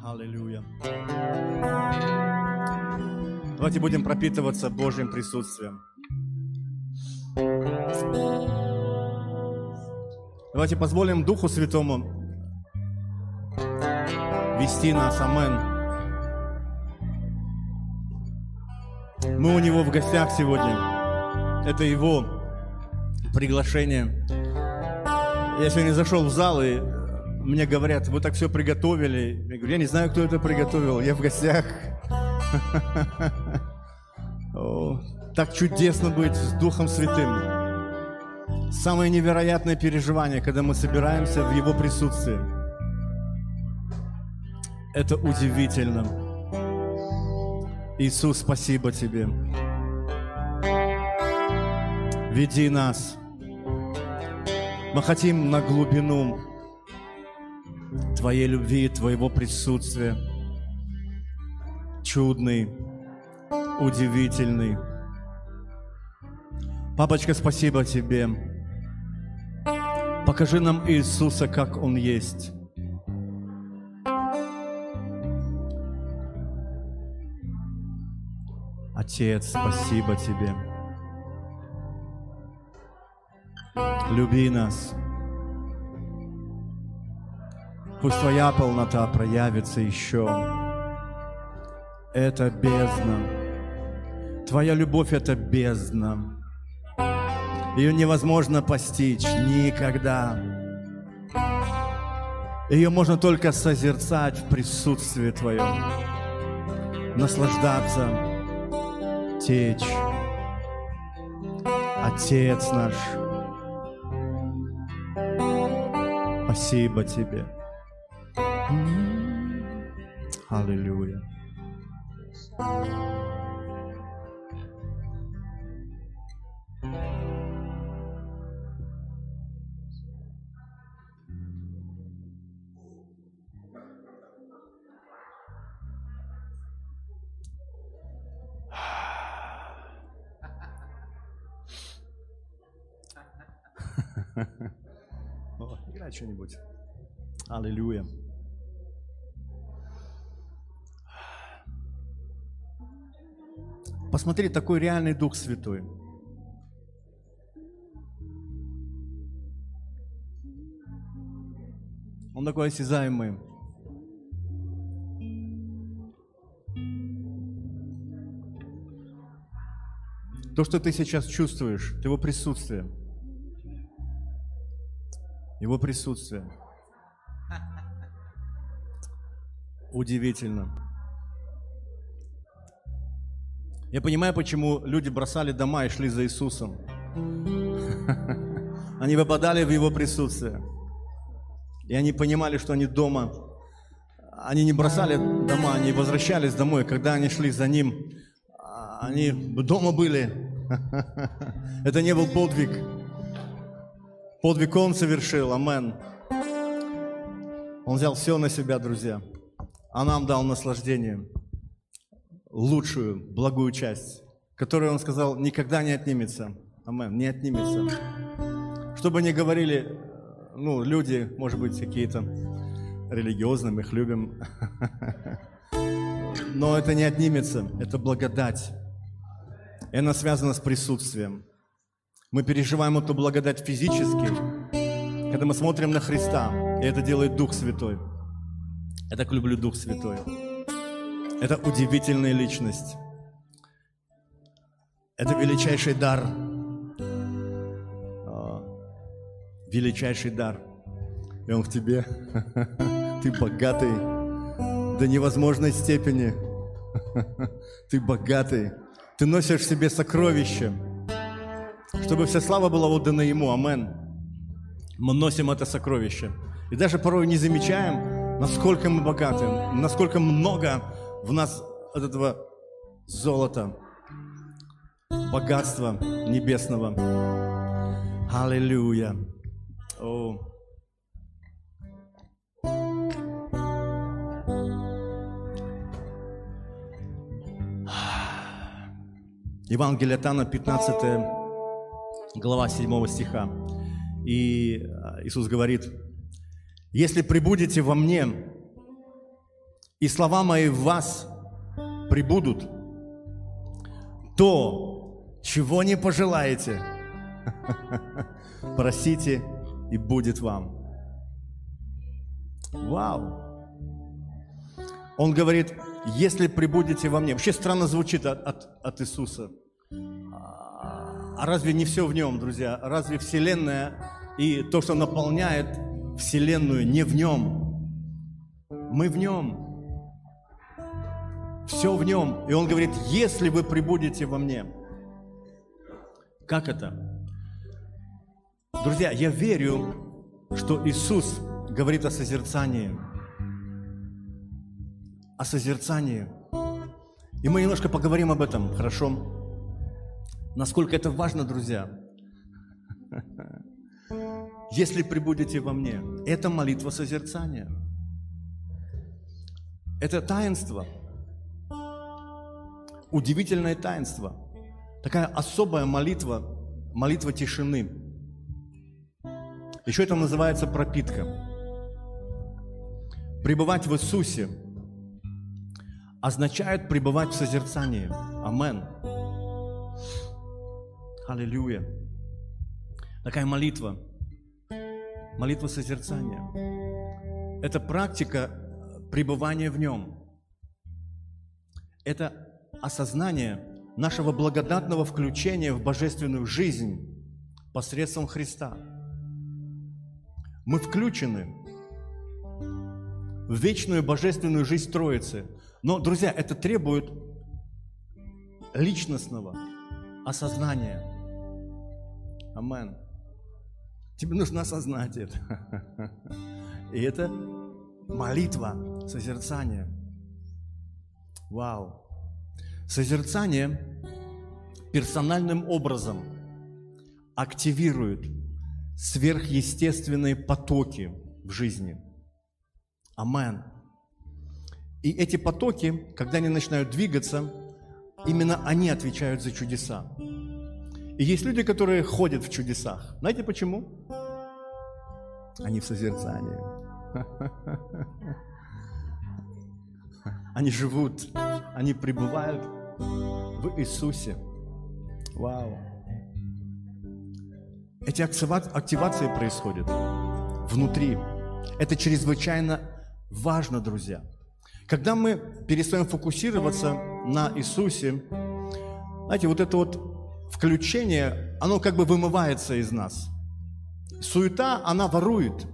Аллилуйя. Давайте будем пропитываться Божьим присутствием. Давайте позволим Духу Святому вести нас. Амен. Мы у Него в гостях сегодня. Это Его приглашение. Я сегодня зашел в зал, и мне говорят: вы так все приготовили. Я говорю: я не знаю, кто это приготовил, я в гостях. Так чудесно быть с Духом Святым. Самое невероятное переживание, когда мы собираемся в Его присутствии. Это удивительно. Иисус, спасибо Тебе. Веди нас. Мы хотим на глубину Твоей любви, Твоего присутствия. Чудный, удивительный. Папочка, спасибо Тебе. Покажи нам Иисуса, как Он есть. Отец, спасибо Тебе. Люби нас. Пусть Твоя полнота проявится еще. Это бездна. Твоя любовь – это бездна. Ее невозможно постичь никогда. Ее можно только созерцать в присутствии Твоем. Наслаждаться, течь. Отец наш, спасибо Тебе. Аллилуйя. Играй что-нибудь. Аллилуйя. Посмотри, такой реальный Дух Святой. Он такой осязаемый. То, что ты сейчас чувствуешь, это Его присутствие. Его присутствие. Удивительно. Я понимаю, почему люди бросали дома и шли за Иисусом. Они попадали в Его присутствие. И они понимали, что они дома. Они не бросали дома, они возвращались домой. Когда они шли за Ним, они дома были. Это не был подвиг. Подвиг Он совершил. Амен. Он взял все на себя, друзья. А нам дал наслаждение. Лучшую, благую часть, которую Он сказал, никогда не отнимется. Амен. Не отнимется. Что бы ни говорили, люди, может быть, какие-то религиозные, мы их любим. Но это не отнимется. Это благодать. И она связана с присутствием. Мы переживаем эту благодать физически, когда мы смотрим на Христа, и это делает Дух Святой. Я так люблю Дух Святой. Это удивительная личность. Это величайший дар. Величайший дар. И Он в тебе. Ты богатый до невозможной степени. Ты богатый. Ты носишь в себе сокровища. Чтобы вся слава была отдана Ему. Амен. Мы носим это сокровище. И даже порой не замечаем, насколько мы богаты, насколько много в нас от этого золота, богатства небесного. Аллилуйя. Евангелие от Иоанна, 15 глава 7 стиха. И Иисус говорит: «Если пребудете во мне, и слова мои в вас пребудут, то, чего не пожелаете, просите, и будет вам. Вау! Он говорит, если пребудете во мне. Вообще странно звучит от Иисуса. А разве не все в нем, друзья? Разве Вселенная и то, что наполняет Вселенную, не в нем? Мы в нем. Все в нем. И он говорит, если вы пребудете во мне. Как это? Друзья, я верю, что Иисус говорит о созерцании. О созерцании. И мы немножко поговорим об этом, хорошо? Насколько это важно, друзья. Если пребудете во мне, это молитва созерцания. Это таинство. Удивительное таинство. Такая особая молитва, молитва тишины. Еще это называется пропитка. Пребывать в Иисусе означает пребывать в созерцании. Амен. Аллилуйя. Такая молитва. Молитва созерцания. Это практика пребывания в Нем. Это осознание нашего благодатного включения в божественную жизнь посредством Христа. Мы включены в вечную божественную жизнь Троицы. Но, друзья, это требует личностного осознания. Амен. Тебе нужно осознать это. И это молитва, созерцание. Вау. Созерцание персональным образом активирует сверхъестественные потоки в жизни. Амен. И эти потоки, когда они начинают двигаться, именно они отвечают за чудеса. И есть люди, которые ходят в чудесах. Знаете почему? Они в созерцании. Они живут, они пребывают в Иисусе. Вау! Эти активации происходят внутри. Это чрезвычайно важно, друзья. Когда мы перестаем фокусироваться на Иисусе, знаете, вот это вот включение, оно как бы вымывается из нас. Суета, она ворует.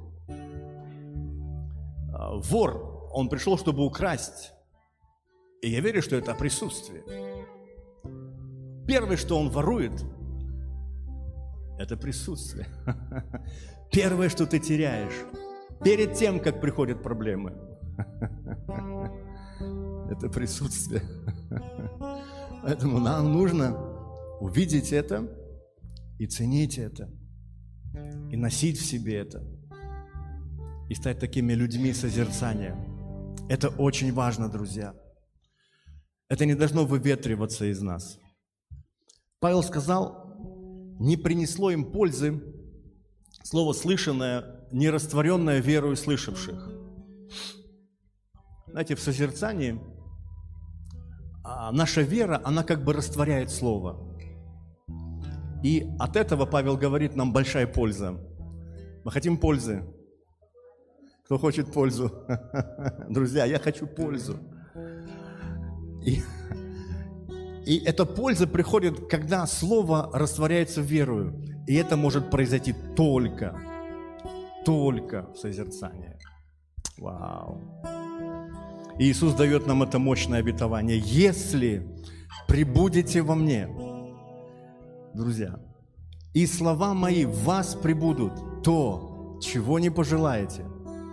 Вор, он пришел, чтобы украсть. И я верю, что это присутствие. Первое, что он ворует, это присутствие. Первое, что ты теряешь, перед тем, как приходят проблемы, это присутствие. Поэтому нам нужно увидеть это и ценить это, и носить в себе это, и стать такими людьми созерцания. Это очень важно, друзья. Это не должно выветриваться из нас. Павел сказал, не принесло им пользы слово слышанное, не растворенное верою слышавших. Знаете, в созерцании наша вера, она как бы растворяет слово. И от этого Павел говорит, нам большая польза. Мы хотим пользы. Кто хочет пользу? Друзья, я хочу пользу. И эта польза приходит, когда слово растворяется верою. И это может произойти только в созерцании. Вау! И Иисус дает нам это мощное обетование. Если пребудете во мне, друзья, и слова мои в вас пребудут, то, чего не пожелаете.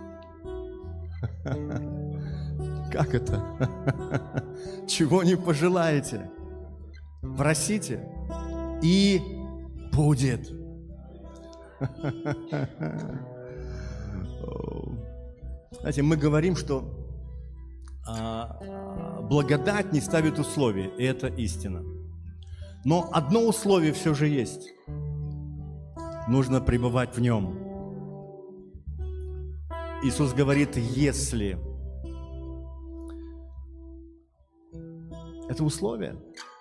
Как это? Чего не пожелаете? Просите, и будет. Знаете, мы говорим, что благодать не ставит условий, и это истина. Но одно условие все же есть. Нужно пребывать в нем. Иисус говорит, если. Это условие.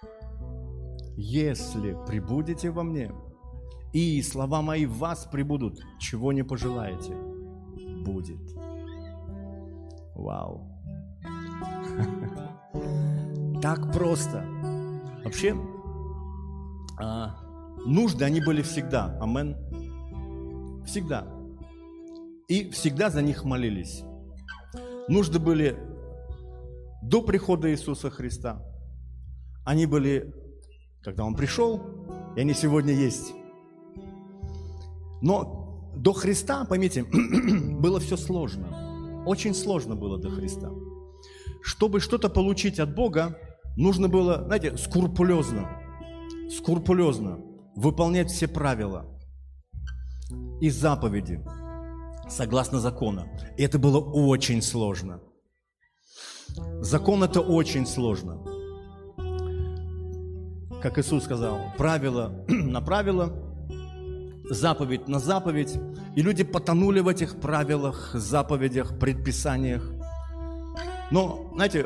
Если пребудете во мне, и слова мои в вас пребудут, чего не пожелаете, будет. Вау. Так просто. Вообще, нужды, они были всегда. Амен. Всегда. И всегда за них молились. Нужды были до прихода Иисуса Христа. Они были, когда Он пришел, и они сегодня есть. Но до Христа, поймите, было все сложно. Очень сложно было до Христа. Чтобы что-то получить от Бога, нужно было, знаете, скрупулезно выполнять все правила и заповеди согласно закону. И это было очень сложно. Закон – это очень сложно. Как Иисус сказал, правило на правило, заповедь на заповедь. И люди потонули в этих правилах, заповедях, предписаниях. Но, знаете,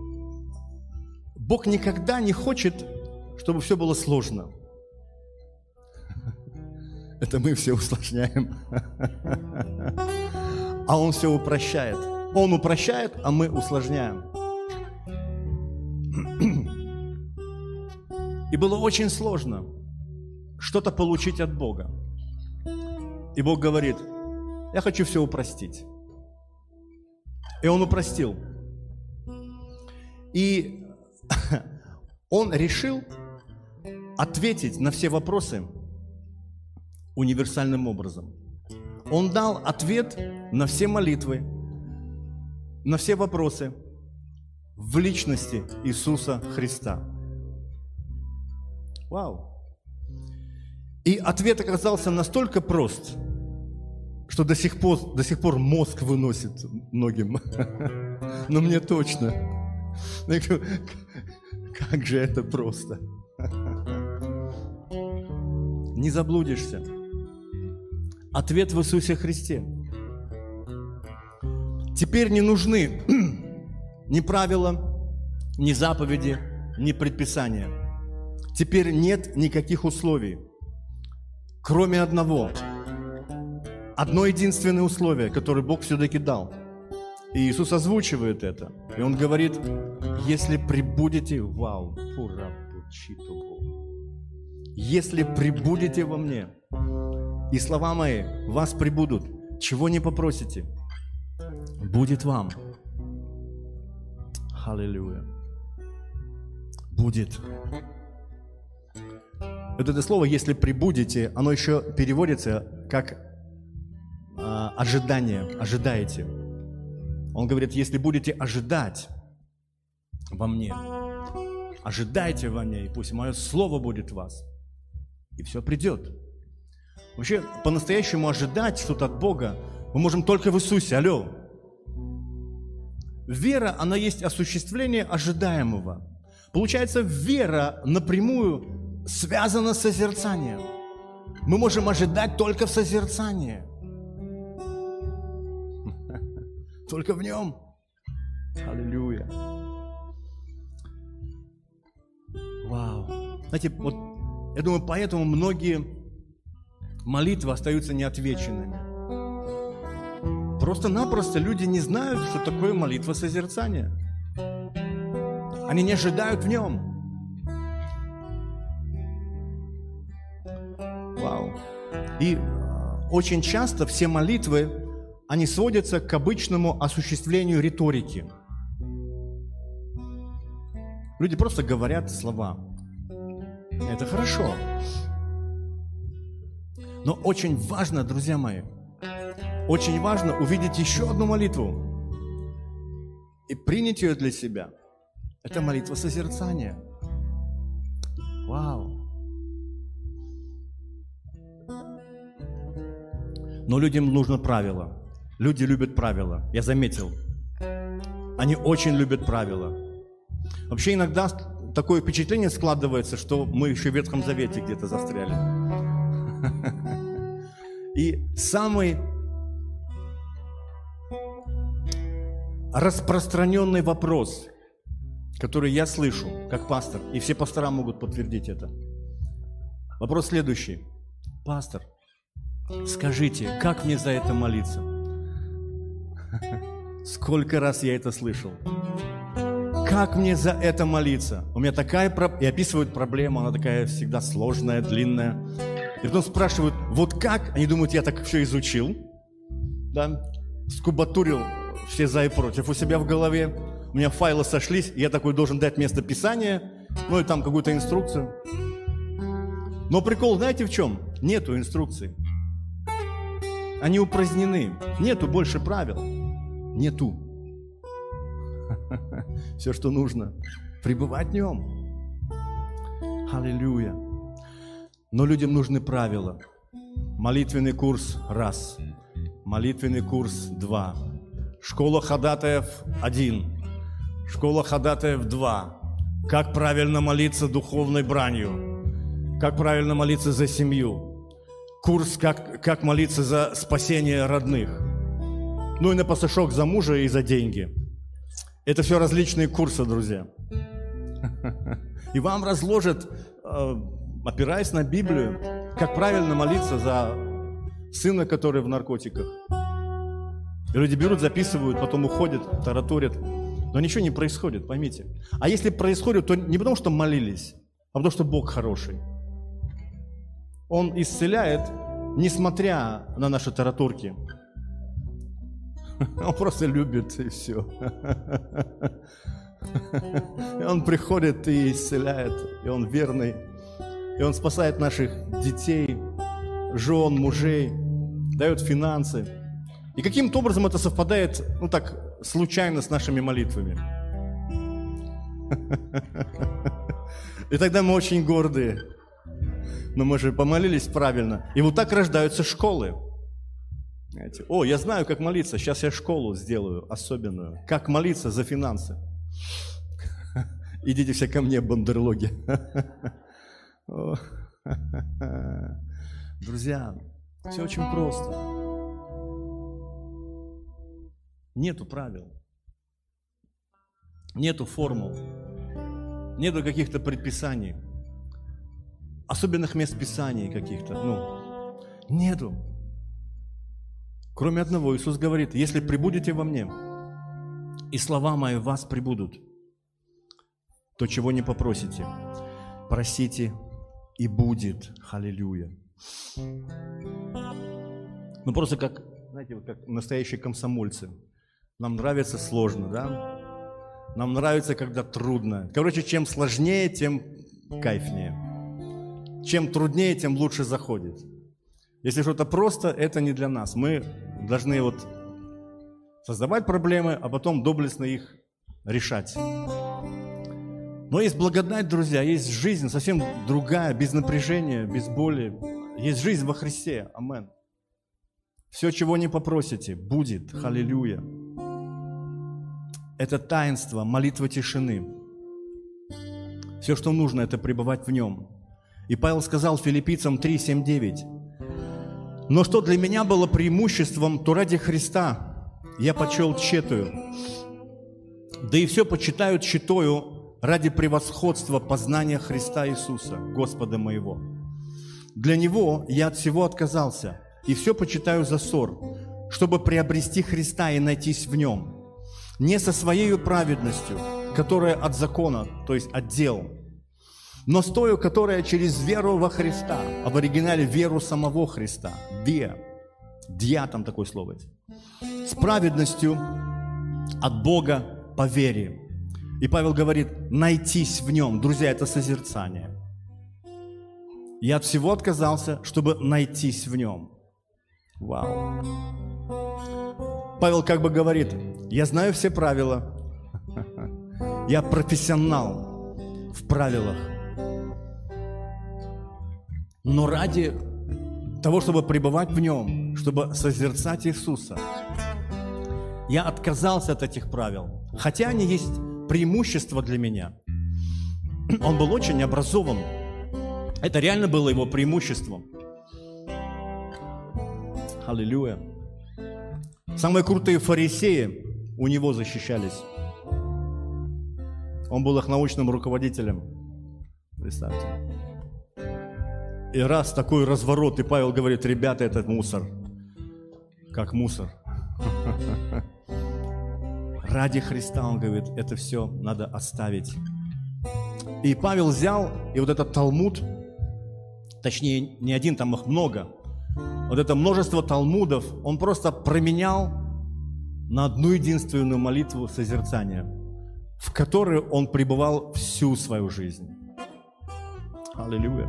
Бог никогда не хочет, чтобы все было сложно. Это мы все усложняем. А Он все упрощает. Он упрощает, а мы усложняем. И было очень сложно что-то получить от Бога. И Бог говорит, я хочу все упростить. И Он упростил. И Он решил ответить на все вопросы универсальным образом. Он дал ответ на все молитвы, на все вопросы в личности Иисуса Христа. Вау! И ответ оказался настолько прост, что до сих пор мозг выносит многим. Но мне точно. Как же это просто. Не заблудишься. Ответ в Иисусе Христе. Теперь не нужны ни правила, ни заповеди, ни предписания. Теперь нет никаких условий, кроме одного. Одно единственное условие, которое Бог все-таки дал. И Иисус озвучивает это. И Он говорит, если пребудете, если пребудете во мне, и слова мои в вас пребудут, чего не попросите, будет вам. Аллилуйя. Будет. Вот это слово, если пребудете, оно еще переводится как ожидание, ожидаете. Он говорит, если будете ожидать во мне, ожидайте во мне, и пусть мое слово будет в вас, и все придет. Вообще, по-настоящему ожидать что-то от Бога мы можем только в Иисусе. Алло. Вера, она есть осуществление ожидаемого. Получается, вера напрямую связана с созерцанием. Мы можем ожидать только в созерцании. Только в Нем. Аллилуйя. Вау. Знаете, вот я думаю, поэтому многие молитвы остаются неотвеченными. Просто-напросто люди не знают, что такое молитва созерцания. Они не ожидают в Нем. Вау. И очень часто все молитвы, они сводятся к обычному осуществлению риторики. Люди просто говорят слова. Это хорошо. Но очень важно, друзья мои, очень важно увидеть еще одну молитву и принять ее для себя. Это молитва созерцания. Вау. Но людям нужно правило. Люди любят правила. Я заметил. Они очень любят правила. Вообще иногда такое впечатление складывается, что мы еще в Ветхом Завете где-то застряли. И самый распространенный вопрос, которые я слышу, как пастор, и все пастора могут подтвердить это. Вопрос следующий. Пастор, скажите, как мне за это молиться? Сколько раз я это слышал? Как мне за это молиться? У меня такая проблема, и описывают проблему, она такая всегда сложная, длинная. И потом спрашивают, вот как? Они думают, я так все изучил, да, скубатурил все за и против у себя в голове. У меня файлы сошлись, и я такой должен дать место Писания, ну и там какую-то инструкцию. Но прикол, знаете в чем? Нету инструкций. Они упразднены. Нету больше правил. Нету. Все, что нужно, пребывать в нем. Аллилуйя. Но людям нужны правила. Молитвенный курс – 1. Молитвенный курс – 2. Школа ходатаев – 1. Школа ходатаев – 2. Как правильно молиться духовной бранью. Как правильно молиться за семью. Курс как молиться за спасение родных. Ну и на пасашок за мужа и за деньги. Это все различные курсы, друзья. И вам разложат, опираясь на Библию, как правильно молиться за сына, который в наркотиках. И люди берут, записывают, потом уходят, тараторят. Но ничего не происходит, поймите. А если происходит, то не потому, что молились, а потому, что Бог хороший. Он исцеляет, несмотря на наши тараторки. Он просто любит, и все. И Он приходит и исцеляет, и Он верный. И Он спасает наших детей, жен, мужей, дает финансы. И каким-то образом это совпадает, ну так, случайно с нашими молитвами. И тогда мы очень гордые. Но мы же помолились правильно. И вот так рождаются школы. Знаете, о, я знаю, как молиться, сейчас я школу сделаю особенную. Как молиться за финансы. Идите все ко мне, бандерлоги. Друзья, все очень просто. Нету правил. Нету формул. Нету каких-то предписаний. Особенных мест Писаний каких-то. Нету. Кроме одного, Иисус говорит, если пребудете во мне, и слова мои в вас пребудут, то чего не попросите, просите, и будет. Аллилуйя. Ну просто как, знаете, как настоящие комсомольцы. Нам нравится сложно, да? Нам нравится, когда трудно. Короче, чем сложнее, тем кайфнее. Чем труднее, тем лучше заходит. Если что-то просто, это не для нас. Мы должны вот создавать проблемы, а потом доблестно их решать. Но есть благодать, друзья, есть жизнь совсем другая, без напряжения, без боли. Есть жизнь во Христе. Амен. Все, чего не попросите, будет. Аллилуйя. Это таинство, молитва тишины. Все, что нужно, это пребывать в нем. И Павел сказал Филиппийцам 3, 7, 9. Но что для меня было преимуществом, то ради Христа я почел тщетую. Да и все почитаю тщетою ради превосходства познания Христа Иисуса, Господа моего. Для Него я от всего отказался, и все почитаю за ссор, чтобы приобрести Христа и найтись в Нем. Не со своей праведностью, которая от закона, то есть от дел, но с той, которая через веру во Христа, а в оригинале веру самого Христа. Дия там такое слово есть. С праведностью от Бога по вере. И Павел говорит, найтись в нем. Друзья, это созерцание. Я от всего отказался, чтобы найтись в нем. Вау. Павел как бы говорит, я знаю все правила. Я профессионал в правилах. Но ради того, чтобы пребывать в нем, чтобы созерцать Иисуса, я отказался от этих правил. Хотя они есть преимущество для меня. Он был очень образован. Это реально было его преимуществом. Аллилуйя. Самые крутые фарисеи у него защищались. Он был их научным руководителем. Представьте. И раз такой разворот, и Павел говорит: ребята, это мусор. Как мусор. Ради Христа, он говорит, это все надо оставить. И Павел взял, и вот этот Талмуд, точнее, не один, там их много, вот это множество талмудов, он просто променял на одну единственную молитву созерцания, в которой он пребывал всю свою жизнь. Аллилуйя.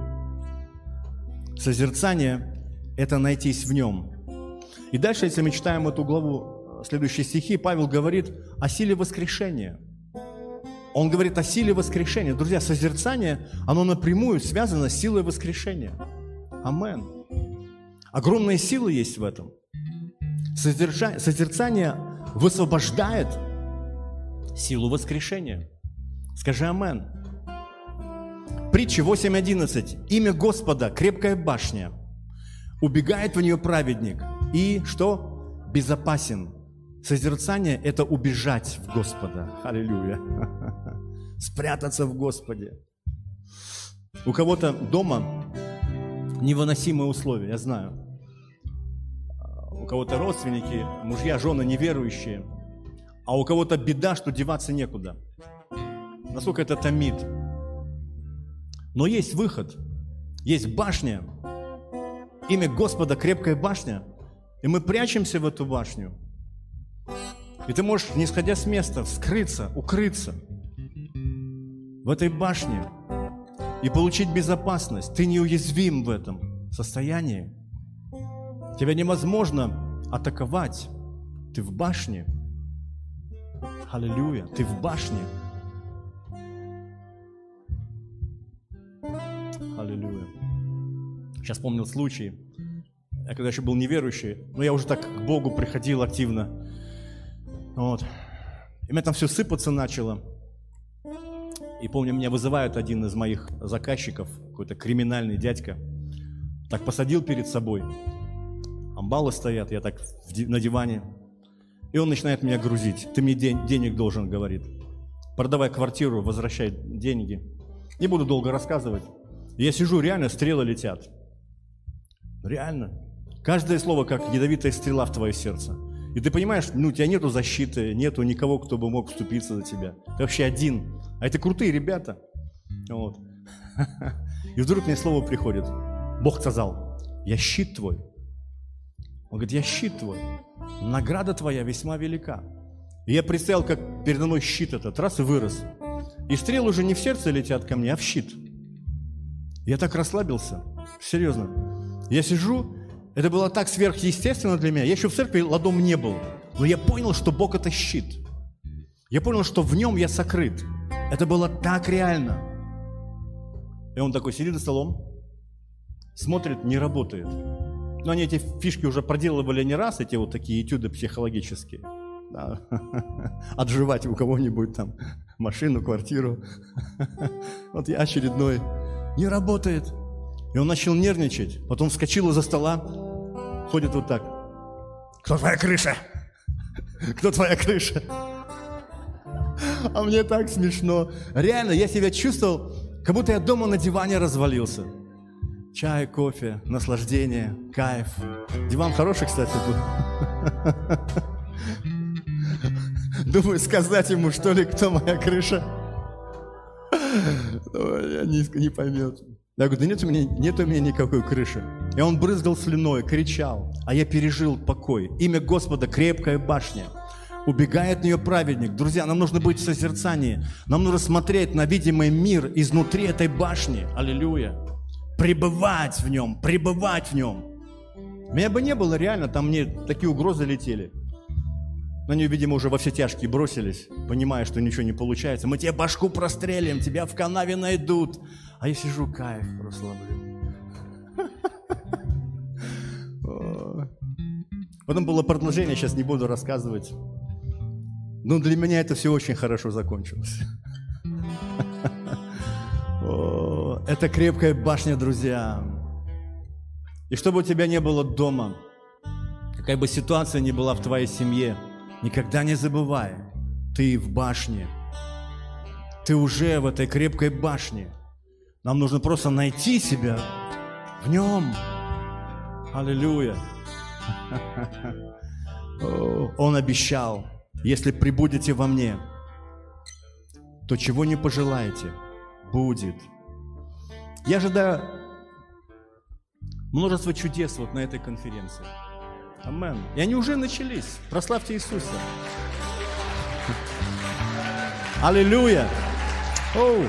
Созерцание – это найтись в нем. И дальше, если мы читаем эту главу, следующие стихи, Павел говорит о силе воскрешения. Он говорит о силе воскрешения. Друзья, созерцание, оно напрямую связано с силой воскрешения. Амен. Огромная сила есть в этом. Созерцание высвобождает силу воскрешения. Скажи амен. Притча 8:11. Имя Господа – крепкая башня. Убегает в нее праведник. И что? Безопасен. Созерцание – это убежать в Господа. Аллилуйя. Спрятаться в Господе. У кого-то дома невыносимые условия, я знаю. У кого-то родственники, мужья, жены неверующие. А у кого-то беда, что деваться некуда. Насколько это томит. Но есть выход. Есть башня. Имя Господа – крепкая башня. И мы прячемся в эту башню. И ты можешь, не сходя с места, скрыться, укрыться в этой башне и получить безопасность. Ты неуязвим в этом состоянии. Тебя невозможно атаковать. Ты в башне. Аллилуйя. Ты в башне. Аллилуйя. Сейчас помнил случай. Я когда еще был неверующий, но я уже так к Богу приходил активно. Вот. И меня там все сыпаться начало. И помню, меня вызывает один из моих заказчиков, какой-то криминальный дядька. Так посадил перед собой. Амбалы стоят, я так на диване. И он начинает меня грузить. Ты мне денег должен, говорит. Продавай квартиру, возвращай деньги. Не буду долго рассказывать. И я сижу, реально стрелы летят. Реально. Каждое слово, как ядовитая стрела в твое сердце. И ты понимаешь, у тебя нету защиты, нету никого, кто бы мог вступиться за тебя. Ты вообще один. А это крутые ребята. Вот. И вдруг мне слово приходит. Бог сказал: я щит твой. Он говорит: я щит твой. Награда твоя весьма велика. И я представил, как передо мной щит этот, раз и вырос. И стрелы уже не в сердце летят ко мне, а в щит. Я так расслабился. Серьезно. Я сижу, это было так сверхъестественно для меня. Я еще в церкви ладом не был. Но я понял, что Бог – это щит. Я понял, что в нем я сокрыт. Это было так реально. И он такой сидит за столом, смотрит, не работает. Но они эти фишки уже проделывали не раз, эти вот такие этюды психологические. Да. Отживать у кого-нибудь там машину, квартиру. Вот я очередной. Не работает. И он начал нервничать. Потом вскочил из-за стола, ходит вот так. Кто твоя крыша? Кто твоя крыша? А мне так смешно. Реально, я себя чувствовал, как будто я дома на диване развалился. Чай, кофе, наслаждение, кайф. Диван хороший, кстати, был. Думаю, сказать ему, что ли, кто моя крыша. Я не поймет. Я говорю: да нет у меня никакой крыши. И он брызгал слюной, кричал. А я пережил покой. Имя Господа – крепкая башня. Убегает в нее праведник. Друзья, нам нужно быть в созерцании. Нам нужно смотреть на видимый мир изнутри этой башни. Аллилуйя. Пребывать в нем, пребывать в нем. Меня бы не было реально, там мне такие угрозы летели. На нее, видимо, уже во все тяжкие бросились, понимая, что ничего не получается. Мы тебе башку прострелим, тебя в канаве найдут. А я сижу, кайф, просто ловлю. Потом было продолжение, сейчас не буду рассказывать. Но для меня это все очень хорошо закончилось. Это крепкая башня, друзья. И чтобы у тебя не было дома, какая бы ситуация ни была в твоей семье, никогда не забывай, ты в башне. Ты уже в этой крепкой башне. Нам нужно просто найти себя в нем. Аллилуйя. Он обещал, если пребудете во мне, то чего не пожелаете, будет. Я ожидаю множество чудес вот на этой конференции. Амен. И они уже начались. Прославьте Иисуса. Аллилуйя. Оу.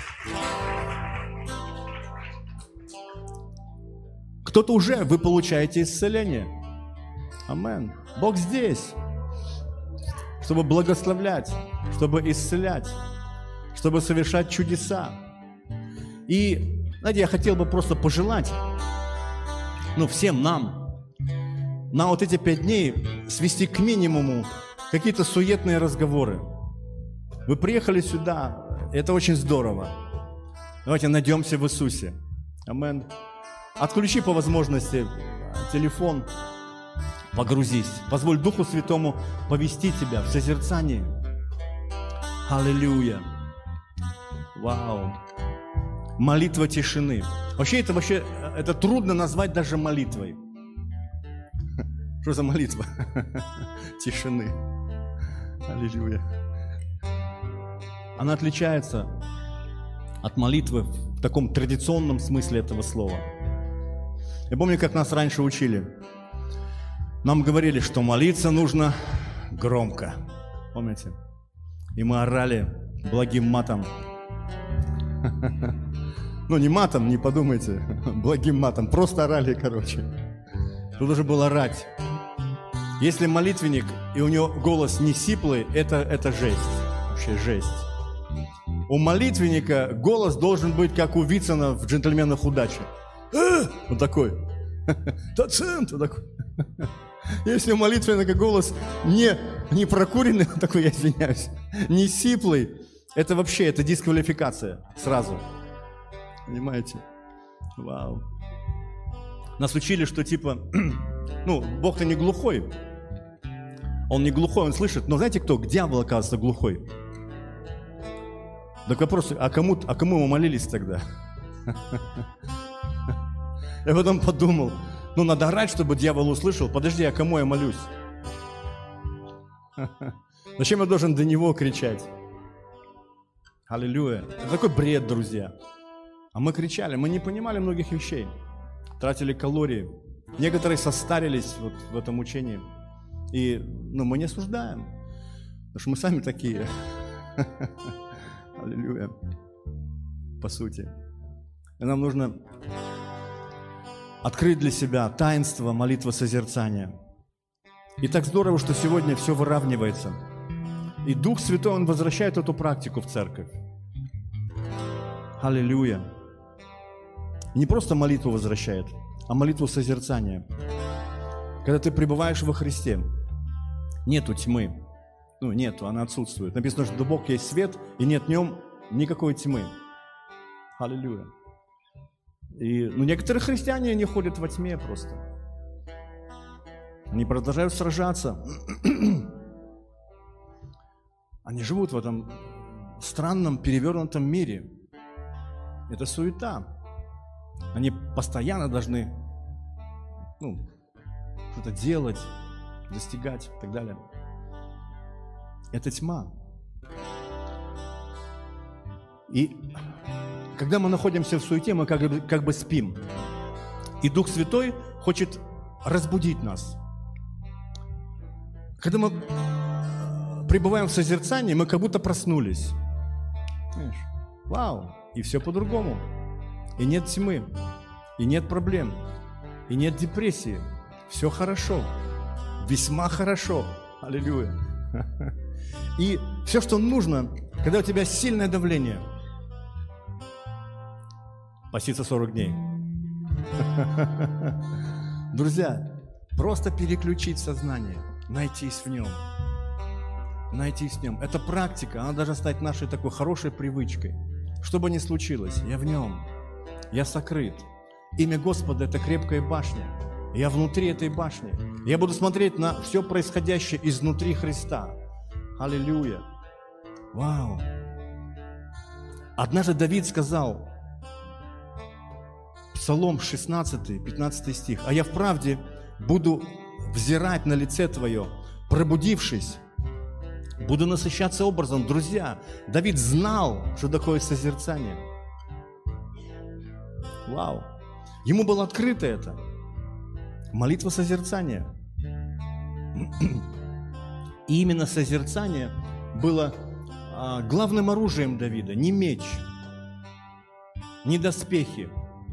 Кто-то уже, вы получаете исцеление. Амен. Бог здесь, чтобы благословлять, чтобы исцелять, чтобы совершать чудеса. И, знаете, я хотел бы просто пожелать, всем нам, на вот эти 5 дней свести к минимуму какие-то суетные разговоры. Вы приехали сюда, это очень здорово. Давайте найдемся в Иисусе. Амен. Отключи по возможности телефон, погрузись. Позволь Духу Святому повести тебя в созерцании. Аллилуйя. Вау. Молитва тишины. Вообще это трудно назвать даже молитвой. Что за молитва? Тишины. Аллилуйя. Она отличается от молитвы в таком традиционном смысле этого слова. Я помню, как нас раньше учили. Нам говорили, что молиться нужно громко. Помните? И мы орали благим матом. Не матом, не подумайте. Благим матом. Просто орали, короче. Тут уже было орать. Если молитвенник, и у него голос не сиплый, это жесть. Вообще жесть. У молитвенника голос должен быть, как у Вицина в «Джентльменах удачи». Вот такой. Доцент, вот такой. Если у молитвенника голос не прокуренный, вот такой, я извиняюсь, не сиплый, это вообще, это дисквалификация сразу. Понимаете? Вау. Нас учили, что типа, Бог-то не глухой. Он не глухой, он слышит. Но знаете кто? Дьявол, оказывается, глухой. Так вопрос, а кому мы молились тогда? Я потом подумал, надо орать, чтобы дьявол услышал. Подожди, а кому я молюсь? Зачем я должен до него кричать? Аллилуйя. Это такой бред, друзья. А мы кричали, мы не понимали многих вещей. Тратили калории. Некоторые состарились вот в этом учении. И мы не осуждаем, потому что мы сами такие. Аллилуйя. По сути. И нам нужно открыть для себя таинство молитвы созерцания. И так здорово, что сегодня все выравнивается. И Дух Святой, Он возвращает эту практику в церковь. Аллилуйя. Не просто молитву возвращает, а молитву созерцания. Когда ты пребываешь во Христе, нету тьмы. Нету, она отсутствует. Написано, что Бог есть свет, и нет в нем никакой тьмы. Аллилуйя. И некоторые христиане не ходят во тьме просто. Они продолжают сражаться. Они живут в этом странном, перевернутом мире. Это суета. Они постоянно должны что-то делать, достигать и так далее. Это тьма. И когда мы находимся в суете, мы как бы спим. И Дух Святой хочет разбудить нас. Когда мы пребываем в созерцании, мы как будто проснулись. Знаешь, вау, и все по-другому. И нет тьмы, и нет проблем, и нет депрессии. Все хорошо, весьма хорошо. Аллилуйя. И все, что нужно, когда у тебя сильное давление, поститься 40 дней. Друзья, просто переключить сознание, найтись в нем. Найтись в нем. Это практика, она должна стать нашей такой хорошей привычкой. Что бы ни случилось, я в нем, я сокрыт. Имя Господа – это крепкая башня. Я внутри этой башни. Я буду смотреть на все происходящее изнутри Христа. Аллилуйя. Вау. Однажды Давид сказал, Псалом 16, 15 стих, «А я вправде буду взирать на лице Твое, пробудившись, буду насыщаться образом». Друзья, Давид знал, что такое созерцание. Вау! Ему было открыто это. Молитва созерцания. И именно созерцание было главным оружием Давида. Не меч, не доспехи,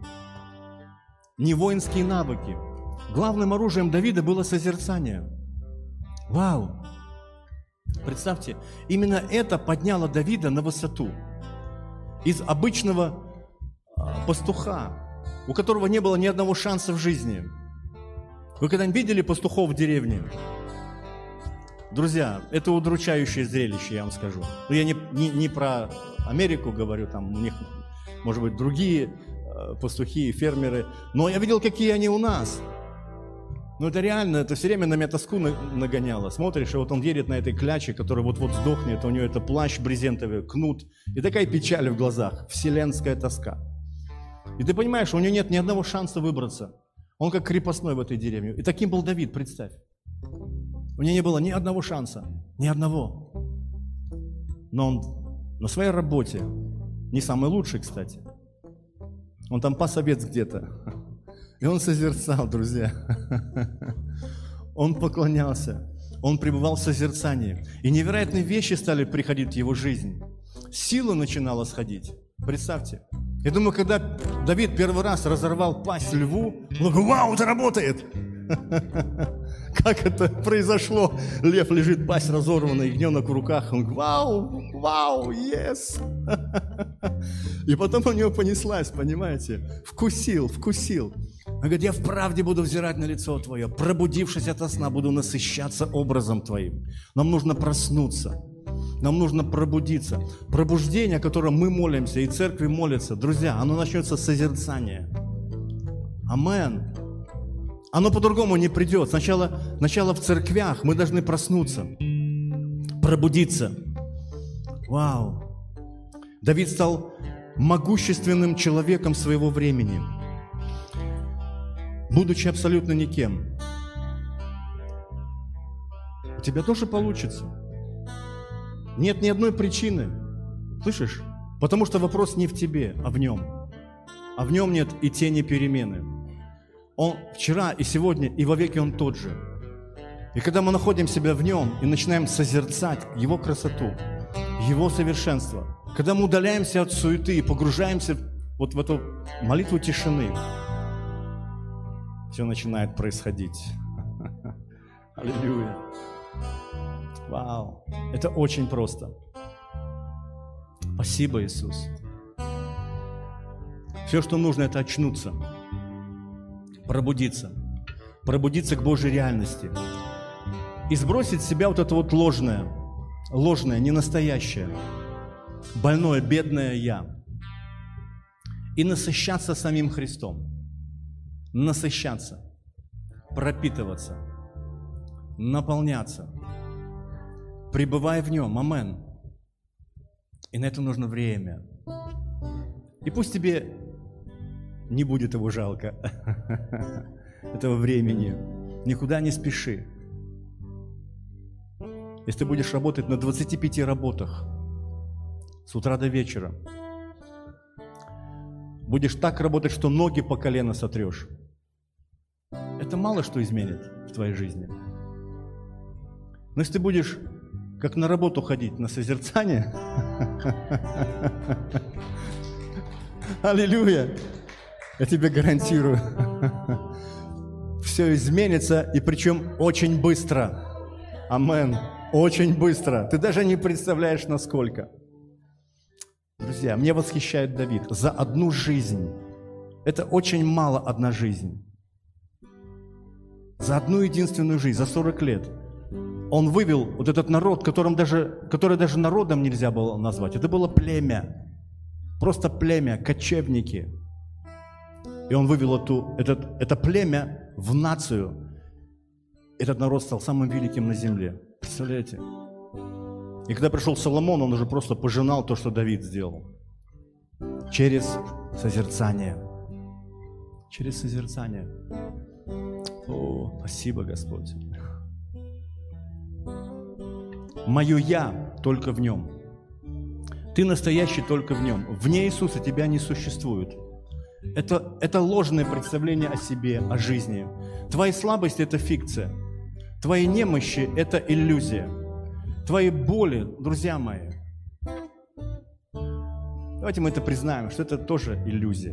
не воинские навыки. Главным оружием Давида было созерцание. Вау! Представьте, именно это подняло Давида на высоту. Из обычного пастуха, у которого не было ни одного шанса в жизни. Вы когда-нибудь видели пастухов в деревне? Друзья, это удручающее зрелище, я вам скажу. Но я не про Америку говорю, там у них, может быть, другие пастухи, фермеры. Но я видел, какие они у нас. Ну это реально, это все время на меня тоску нагоняло. Смотришь, и вот он едет на этой кляче, которая вот-вот сдохнет, у него это плащ брезентовый, кнут. И такая печаль в глазах, вселенская тоска. И ты понимаешь, что у него нет ни одного шанса выбраться. Он как крепостной в этой деревне. И таким был Давид, представь. У него не было ни одного шанса, ни одного. Но он на своей работе, не самый лучший, кстати, он там пас овец где-то. И он созерцал, друзья. Он поклонялся, он пребывал в созерцании. И невероятные вещи стали приходить в его жизнь. Сила начинала сходить. Представьте. Я думаю, когда Давид первый раз разорвал пасть льву, он говорит: вау, это работает! Как это произошло? Лев лежит, пасть разорвана, ягненок в руках. Он говорит: вау, yes! И потом у него понеслась, понимаете? Вкусил. Он говорит: я вправде буду взирать на лицо Твое, пробудившись ото сна, буду насыщаться образом Твоим. Нам нужно проснуться. Нам нужно пробудиться. Пробуждение, о котором мы молимся, и церкви молятся, друзья, оно начнется с созерцания. Амен. Оно по-другому не придет. Сначала в церквях мы должны проснуться, пробудиться. Вау! Давид стал могущественным человеком своего времени, будучи абсолютно никем. У тебя тоже получится. Нет ни одной причины. Слышишь? Потому что вопрос не в тебе, а в нем. А в нем нет и тени перемены. Он вчера и сегодня, и вовеки Он тот же. И когда мы находим себя в Нем и начинаем созерцать Его красоту, Его совершенство, когда мы удаляемся от суеты и погружаемся вот в эту молитву тишины, все начинает происходить. Аллилуйя. Вау. Это очень просто. Спасибо, Иисус. Все, что нужно, это очнуться. Пробудиться к Божьей реальности и сбросить с себя вот это вот ложное, ненастоящее, больное, бедное «я» и насыщаться самим Христом, насыщаться, пропитываться, наполняться, пребывая в Нем, амен. И на это нужно время. И пусть тебе не будет его жалко, этого времени. Никуда не спеши. Если ты будешь работать на 25 работах с утра до вечера, будешь так работать, что ноги по колено сотрешь, это мало что изменит в твоей жизни. Но если ты будешь как на работу ходить, на созерцание, аллилуйя, я тебе гарантирую, все изменится, и причем очень быстро. Амен. Очень быстро. Ты даже не представляешь, насколько. Друзья, меня восхищает Давид. За одну жизнь. Это очень мало, одна жизнь. За одну единственную жизнь, за 40 лет. Он вывел вот этот народ, который даже народом нельзя было назвать. Это было племя. Просто племя, кочевники. И он вывел это племя в нацию. Этот народ стал самым великим на земле. Представляете? И когда пришел Соломон, он уже просто пожинал то, что Давид сделал. Через созерцание. Через созерцание. О, спасибо, Господь. Мое «я» только в Нем. Ты настоящий только в Нем. Вне Иисуса тебя не существует. Это ложное представление о себе, о жизни. Твои слабости – это фикция. Твои немощи – это иллюзия. Твои боли, друзья мои, давайте мы это признаем, что это тоже иллюзия.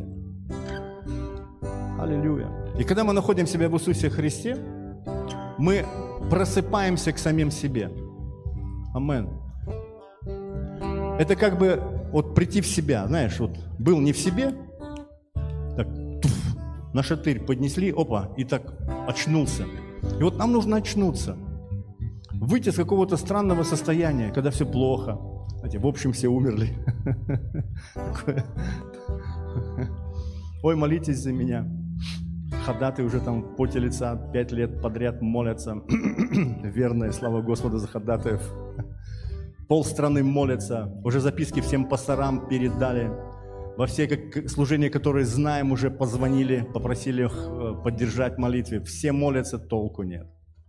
Аллилуйя. И когда мы находим себя в Иисусе Христе, мы просыпаемся к самим себе. Амен. Это как бы вот прийти в себя, знаешь, вот был не в себе, так, на шатырь поднесли, опа, и так очнулся. И вот нам нужно очнуться, выйти из какого-то странного состояния, когда все плохо. Знаете, в общем, все умерли. Ой, молитесь за меня. Ходаты уже там в поте лица 5 лет подряд молятся. Верные, слава Господу за ходатаев. Полстраны молятся. Уже записки всем пасторам передали. Во все служения, которые знаем, уже позвонили, попросили их поддержать в молитве. Все молятся, толку нет.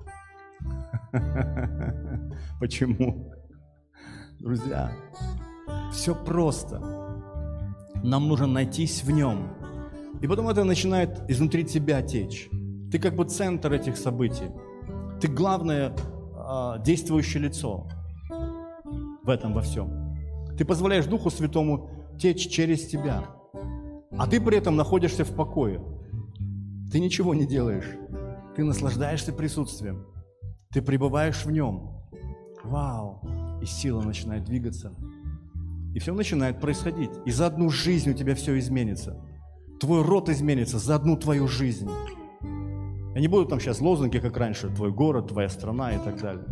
Почему? Друзья, все просто. Нам нужно найтись в Нем. И потом это начинает изнутри тебя течь. Ты как бы центр этих событий. Ты главное действующее лицо в этом во всем. Ты позволяешь Духу Святому течь через тебя. А ты при этом находишься в покое. Ты ничего не делаешь. Ты наслаждаешься присутствием. Ты пребываешь в Нем. Вау! И сила начинает двигаться. И все начинает происходить. И за одну жизнь у тебя все изменится. Твой род изменится за одну твою жизнь. Я не буду там сейчас лозунги, как раньше, твой город, твоя страна и так далее.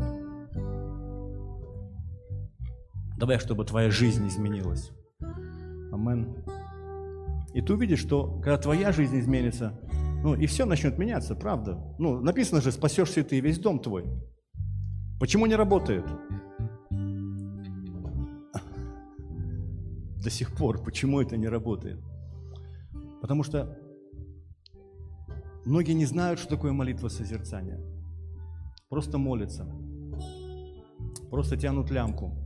Давай, чтобы твоя жизнь изменилась. Амен. И ты увидишь, что когда твоя жизнь изменится, и все начнет меняться, правда. Написано же, спасешься ты и весь дом твой. Почему не работает? До сих пор. Почему это не работает? Потому что многие не знают, что такое молитва созерцания. Просто молятся. Просто тянут лямку.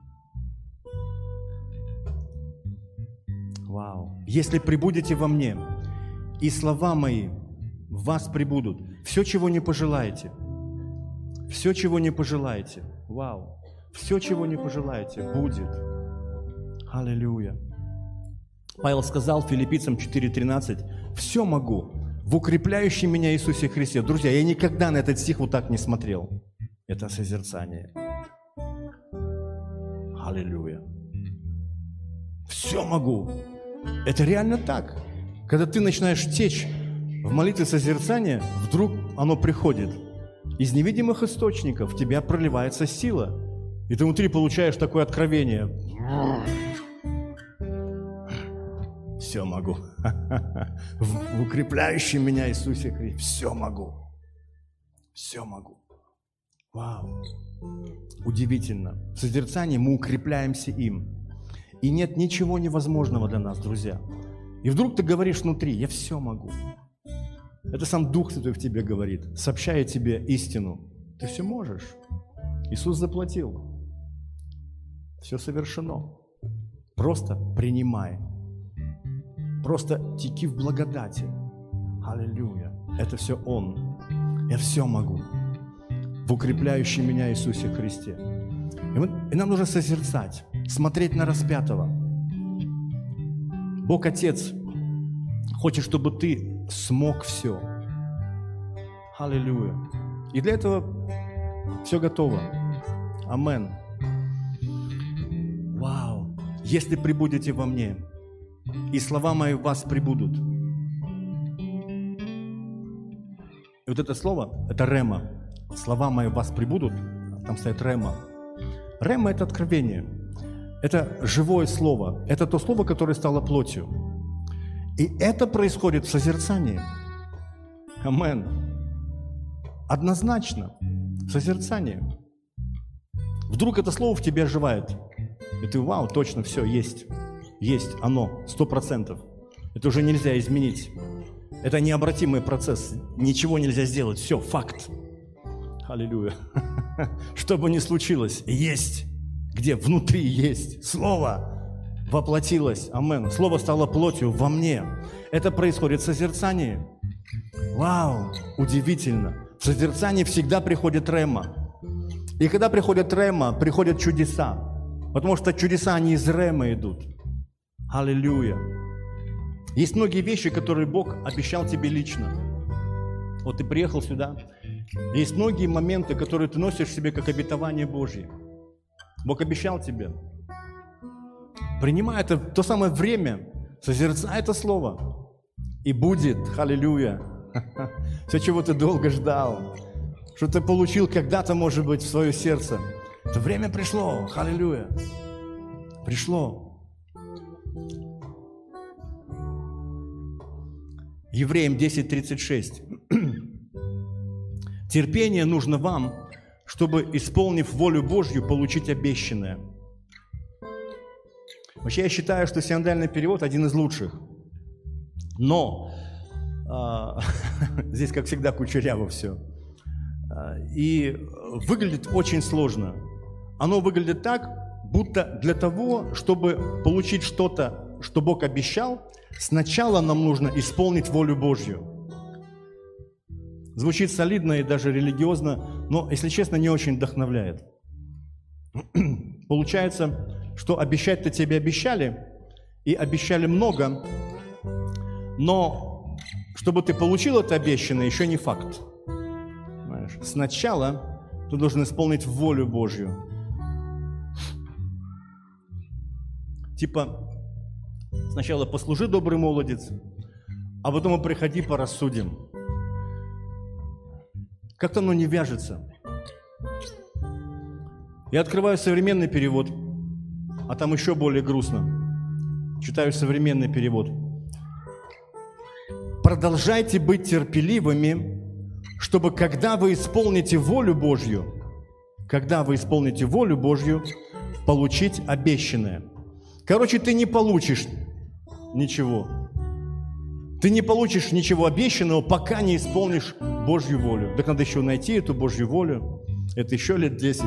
Вау. Если пребудете во мне, и слова мои в вас пребудут, все, чего не пожелаете, все, чего не пожелаете, вау, все, чего не пожелаете, будет. Аллилуйя. Павел сказал Филиппийцам 4:13: «Все могу в укрепляющем меня Иисусе Христе». Друзья, я никогда на этот стих вот так не смотрел. Это созерцание. Аллилуйя. Все могу. Это реально так. Когда ты начинаешь течь в молитве созерцания, вдруг оно приходит. Из невидимых источников в тебя проливается сила. И ты внутри получаешь такое откровение. Все могу. В укрепляющем меня Иисусе Христе. Все могу. Все могу. Вау. Удивительно. В созерцании мы укрепляемся им. И нет ничего невозможного для нас, друзья. И вдруг ты говоришь внутри: я все могу. Это сам Дух Святой в тебе говорит, сообщая тебе истину. Ты все можешь. Иисус заплатил. Все совершено. Просто принимай. Просто теки в благодати. Аллилуйя. Это все Он. Я все могу. В укрепляющем меня Иисусе Христе. И нам нужно созерцать, смотреть на распятого. Бог Отец хочет, чтобы ты смог все. Аллилуйя. И для этого все готово. Амен. Вау. Если пребудете во мне, и слова мои в вас пребудут. И вот это слово, это рема. Слова мои в вас пребудут, там стоит рема. Рема – это откровение. Это живое слово. Это то слово, которое стало плотью. И это происходит в созерцании. Амен. Однозначно. В созерцании. Вдруг это слово в тебе оживает. И ты: вау, точно, все, есть. есть оно, 100%. Это уже нельзя изменить. Это необратимый процесс, ничего нельзя сделать, все, факт. Аллилуйя. Что бы ни случилось, есть. Где? Внутри есть. Слово воплотилось. Амен. Слово стало плотью во мне. Это происходит в созерцании. Вау, удивительно. В созерцании всегда приходит рема. И когда приходит рема, приходят чудеса. Потому что чудеса, они из ремы идут. Аллилуйя. Есть многие вещи, которые Бог обещал тебе лично. Вот ты приехал сюда. Есть многие моменты, которые ты носишь в себе как обетование Божье. Бог обещал тебе. Принимай это в то самое время, созерцай это слово. И будет, аллилуйя, все, чего ты долго ждал, что ты получил когда-то, может быть, в свое сердце. Это время пришло, аллилуйя. Пришло. Евреям 10:36. Терпение нужно вам, чтобы, исполнив волю Божью, получить обещанное. Вообще, я считаю, что синодальный перевод один из лучших. Но здесь, как всегда, кучеряво все. И выглядит очень сложно. Оно выглядит так, будто для того, чтобы получить что-то, что Бог обещал, сначала нам нужно исполнить волю Божью. Звучит солидно и даже религиозно, но, если честно, не очень вдохновляет. Получается, что обещать-то тебе обещали, и обещали много, но чтобы ты получил это обещанное, еще не факт. Понимаешь? Сначала ты должен исполнить волю Божью. Типа, сначала послужи, добрый молодец, а потом и приходи, порассудим. Как-то оно не вяжется. Я открываю современный перевод, а там еще более грустно. Читаю современный перевод. Продолжайте быть терпеливыми, чтобы когда вы исполните волю Божью, получить обещанное. Короче, ты не получишь ничего. Ты не получишь ничего обещанного, пока не исполнишь Божью волю. Так надо еще найти эту Божью волю. Это еще лет 10.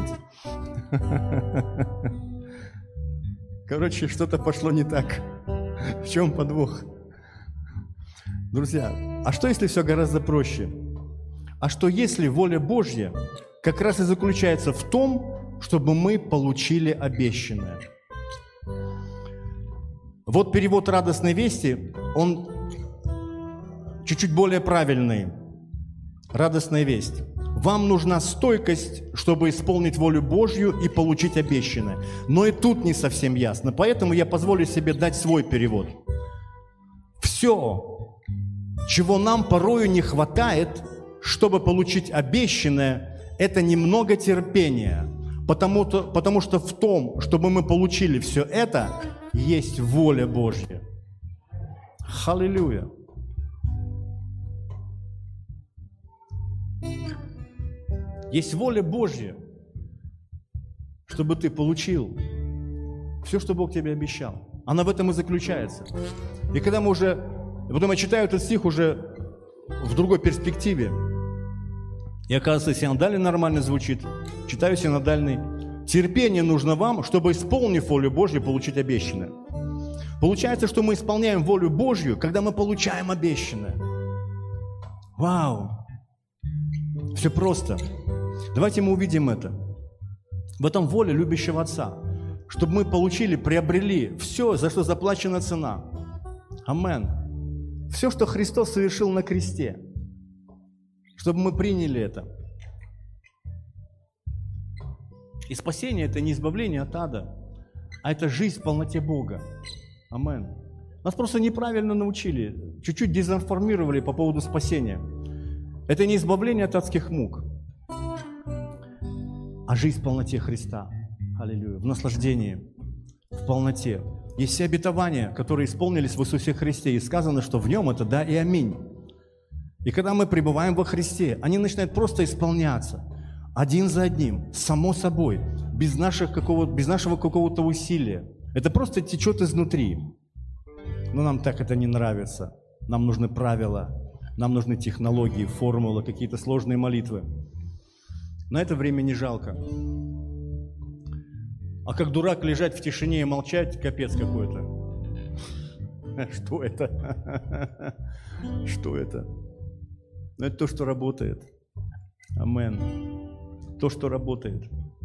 Короче, что-то пошло не так. В чем подвох? Друзья, а что если все гораздо проще? А что если воля Божья как раз и заключается в том, чтобы мы получили обещанное? Вот перевод «Радостной вести», он чуть-чуть более правильный. Радостная весть. Вам нужна стойкость, чтобы исполнить волю Божью и получить обещанное. Но и тут не совсем ясно, поэтому я позволю себе дать свой перевод. Все, чего нам порою не хватает, чтобы получить обещанное, это немного терпения. Потому что в том, чтобы мы получили все это, есть воля Божья. Аллилуйя. Есть воля Божья, чтобы ты получил все, что Бог тебе обещал. Она в этом и заключается. И когда мы уже... Потом я читаю этот стих уже в другой перспективе. И оказывается, синодальный нормально звучит. Читаю синодальный. Терпение нужно вам, чтобы, исполнив волю Божью, получить обещанное. Получается, что мы исполняем волю Божью, когда мы получаем обещанное. Вау! Все просто. Давайте мы увидим это. В этом воля любящего Отца. Чтобы мы получили, приобрели все, за что заплачена цена. Амен. Все, что Христос совершил на кресте. Чтобы мы приняли это. И спасение – это не избавление от ада, а это жизнь в полноте Бога. Амен. Нас просто неправильно научили, чуть-чуть дезинформировали по поводу спасения. Это не избавление от адских мук, а жизнь в полноте Христа. Аллилуйя. В наслаждении, в полноте. Есть все обетования, которые исполнились в Иисусе Христе, и сказано, что в Нем это да и аминь. И когда мы пребываем во Христе, они начинают просто исполняться. Один за одним, само собой, без нашего какого-то усилия. Это просто течет изнутри. Но нам так это не нравится. Нам нужны правила, нам нужны технологии, формулы, какие-то сложные молитвы. На это время не жалко. А как дурак лежать в тишине и молчать, капец какой-то. Что это? Что это? Но это то, что работает. Амен. То, что работает.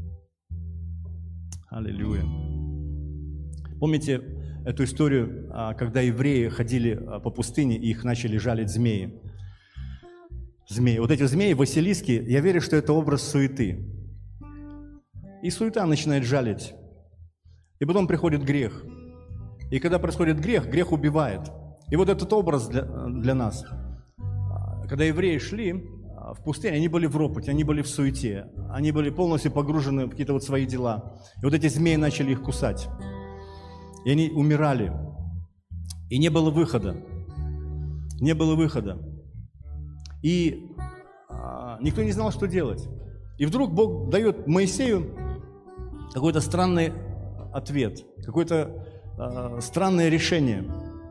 Аллилуйя. Помните эту историю, когда евреи ходили по пустыне и их начали жалить змеи? Змеи. Вот эти змеи, василиски, я верю, что это образ суеты. И суета начинает жалить. И потом приходит грех. И когда происходит грех, грех убивает. И вот этот образ для нас. Когда евреи шли в пустыне, они были в ропоте, они были в суете. Они были полностью погружены в какие-то вот свои дела. И вот эти змеи начали их кусать. И они умирали. И не было выхода. Не было выхода. И никто не знал, что делать. И вдруг Бог дает Моисею какой-то странный ответ, какое-то странное решение.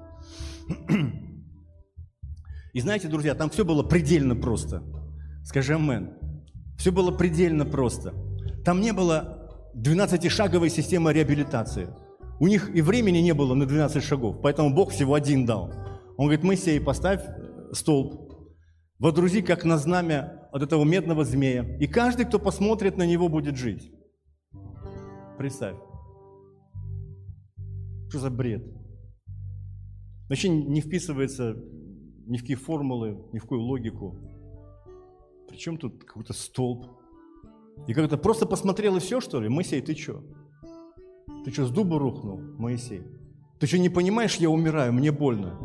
И знаете, друзья, там все было предельно просто. Скажи амен. Все было предельно просто. Там не было 12-шаговой системы реабилитации. У них и времени не было на 12 шагов, поэтому Бог всего один дал. Он говорит: Моисей, поставь столб, водрузи как на знамя от этого медного змея, и каждый, кто посмотрит на него, будет жить. Представь. Что за бред? Вообще не вписывается ни в какие формулы, ни в какую логику. Причем тут какой-то столб? И как-то просто посмотрел и все, что ли? Моисей, ты что? Ты что, с дуба рухнул, Моисей? Ты что, не понимаешь, я умираю, мне больно.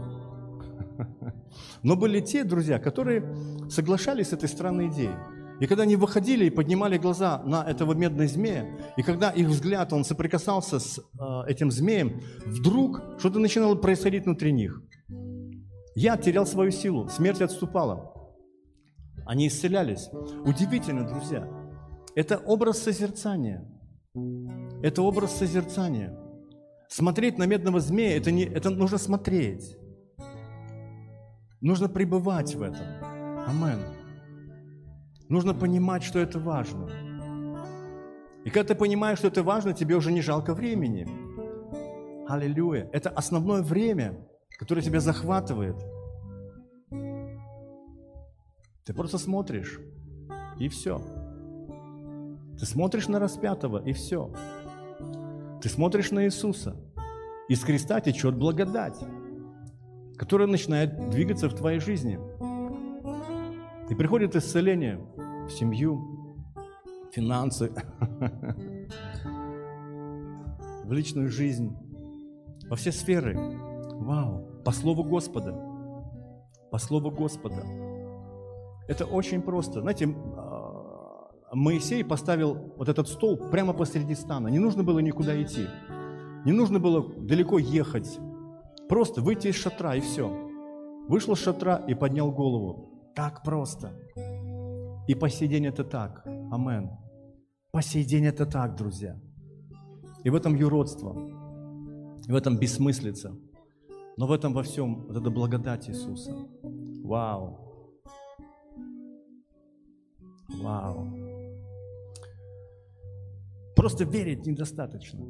Но были те, друзья, которые соглашались с этой странной идеей. И когда они выходили и поднимали глаза на этого медного змея, и когда их взгляд, он соприкасался с этим змеем, вдруг что-то начинало происходить внутри них. Яд терял свою силу, смерть отступала. Они исцелялись. Удивительно, друзья. Это образ созерцания. Это образ созерцания. Смотреть на медного змея, это нужно смотреть. Нужно пребывать в этом. Амен. Нужно понимать, что это важно. И когда ты понимаешь, что это важно, тебе уже не жалко времени. Аллилуйя. Это основное время, которое тебя захватывает. Ты просто смотришь, и все. Ты смотришь на распятого, и все. Ты смотришь на Иисуса. Из креста течет благодать, которая начинает двигаться в твоей жизни. И приходит исцеление в семью, в финансы, в личную жизнь, во все сферы. Вау! По слову Господа. По слову Господа. Это очень просто. Знаете, Моисей поставил вот этот столб прямо посреди стана. Не нужно было никуда идти. Не нужно было далеко ехать. Просто выйти из шатра, и все. Вышел из шатра и поднял голову. Так просто. И по сей день это так. Амен. По сей день это так, друзья. И в этом юродство. И в этом бессмыслица. Но в этом во всем вот эта благодать Иисуса. Вау. Вау. Просто верить недостаточно.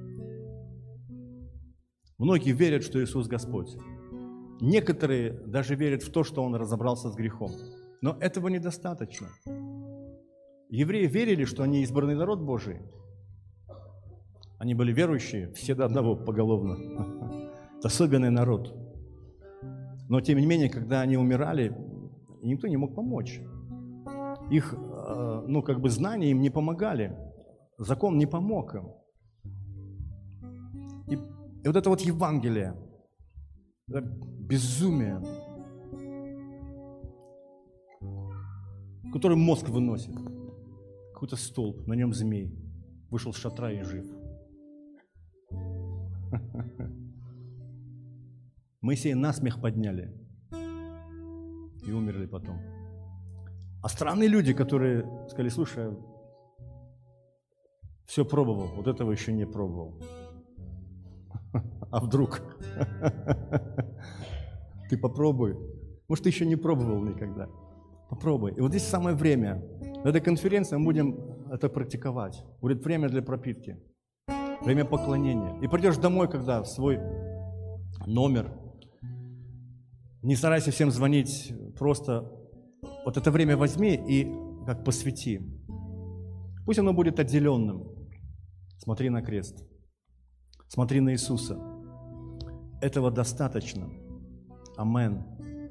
Многие верят, что Иисус Господь. Некоторые даже верят в то, что Он разобрался с грехом. Но этого недостаточно. Евреи верили, что они избранный народ Божий. Они были верующие, все до одного поголовно. Это особенный народ. Но тем не менее, когда они умирали, никто не мог помочь. Их, знания им не помогали. Закон не помог им. И вот это вот Евангелие, это безумие, который мозг выносит. Какой-то столб, на нем змей. Вышел с шатра и жив. Моисея насмех подняли и умерли потом. А странные люди, которые сказали: слушай, все пробовал, вот этого еще не пробовал. А вдруг? Ты попробуй. Может, ты еще не пробовал никогда. Попробуй. И вот здесь самое время. На этой конференции мы будем это практиковать. Будет время для пропитки. Время поклонения. И придешь домой, когда в свой номер. Не старайся всем звонить, просто вот это время возьми и как посвяти. Пусть оно будет отделенным. Смотри на крест. Смотри на Иисуса. Этого достаточно. Амен.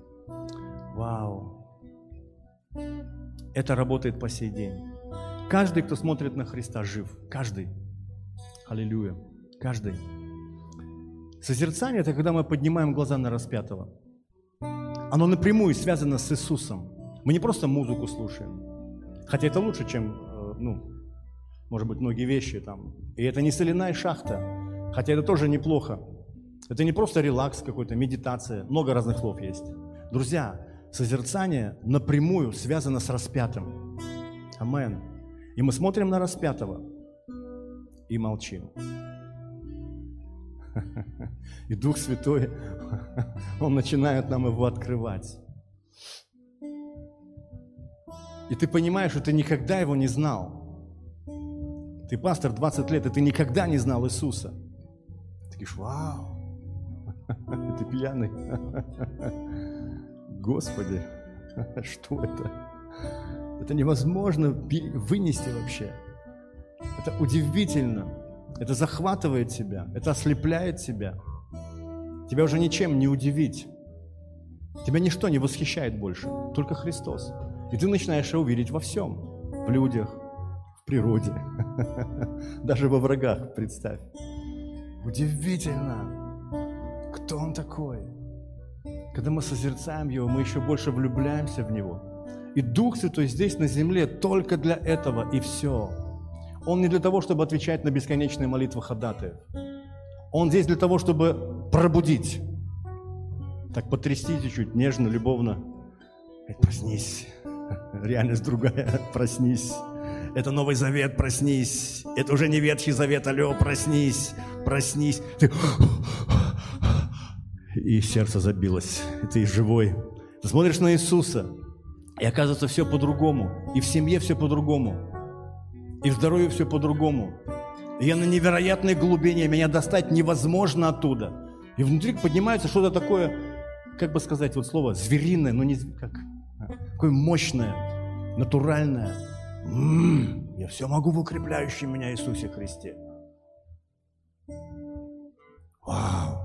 Вау. Это работает по сей день. Каждый, кто смотрит на Христа, жив. Каждый. Аллилуйя. Каждый. Созерцание – это когда мы поднимаем глаза на распятого. Оно напрямую связано с Иисусом. Мы не просто музыку слушаем. Хотя это лучше, чем, может быть, многие вещи там. И это не соляная шахта. Хотя это тоже неплохо. Это не просто релакс какой-то, медитация. Много разных слов есть. Друзья, созерцание напрямую связано с распятым. Амен. И мы смотрим на распятого и молчим. И Дух Святой, Он начинает нам его открывать. И ты понимаешь, что ты никогда его не знал. Ты пастор 20 лет, и ты никогда не знал Иисуса. Ты говоришь, вау, ты пьяный. Господи, что это? Это невозможно вынести вообще. Это удивительно. Это захватывает тебя, это ослепляет тебя. Тебя уже ничем не удивить. Тебя ничто не восхищает больше, только Христос. И ты начинаешь его видеть во всем. В людях, в природе, даже во врагах, представь. Удивительно, кто Он такой. Когда мы созерцаем Его, мы еще больше влюбляемся в Него. И Дух Святой здесь на земле только для этого, и все. Он не для того, чтобы отвечать на бесконечные молитвы ходатаев. Он здесь для того, чтобы пробудить. Так потрясти чуть-чуть, нежно, любовно. Проснись. Реальность другая. Проснись. Это Новый Завет, проснись. Это уже не Ветхий Завет, алло, проснись. Проснись. Ты... И сердце забилось. И ты живой. Ты смотришь на Иисуса, и оказывается все по-другому. И в семье все по-другому. И в здоровье все по-другому. И я на невероятной глубине, меня достать невозможно оттуда. И внутри поднимается что-то такое, как бы сказать, вот слово звериное, но не как, такое мощное, натуральное. Я все могу в укрепляющем меня Иисусе Христе. Вау!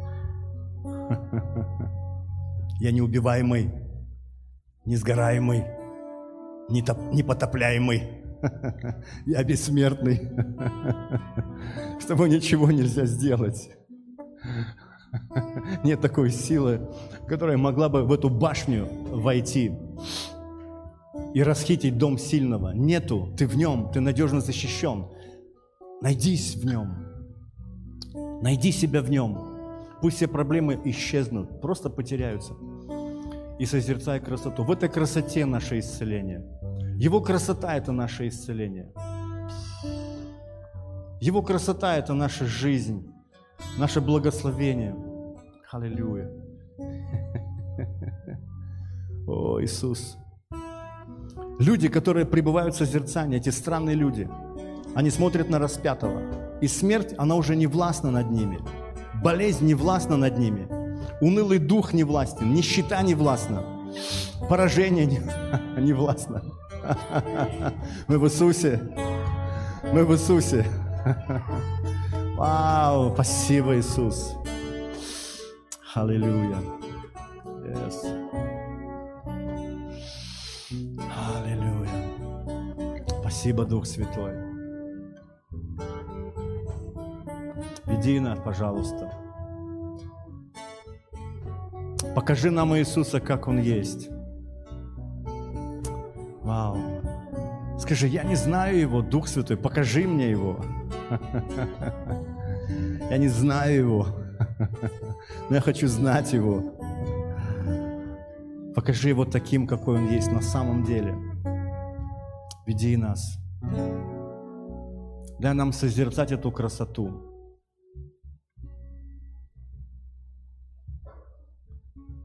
Я неубиваемый, несгораемый, непотопляемый. Я бессмертный. С тобой ничего нельзя сделать. Нет такой силы, которая могла бы в эту башню войти и расхитить дом сильного. Нету. Ты в нем, ты надежно защищен. Найдись в нем. Найди себя в нем. Пусть все проблемы исчезнут, просто потеряются. И созерцай красоту. В этой красоте наше исцеление. Его красота – это наше исцеление. Его красота – это наша жизнь, наше благословение. Аллилуйя. О, Иисус. Люди, которые пребывают в созерцании, эти странные люди, они смотрят на распятого. И смерть, она уже не властна над ними. Болезнь не властна над ними. Унылый дух не властен, нищета не властна. Поражение не властно. Мы в Иисусе. Мы в Иисусе. Вау, спасибо, Иисус. Аллилуйя. Yes. Аллилуйя. Спасибо, Дух Святой. Веди нас, пожалуйста. Покажи нам Иисуса, как Он есть. Вау. Скажи, я не знаю Его, Дух Святой, покажи мне Его. Я не знаю Его, но я хочу знать Его. Покажи Его таким, какой Он есть на самом деле. Веди нас. Дай нам созерцать эту красоту.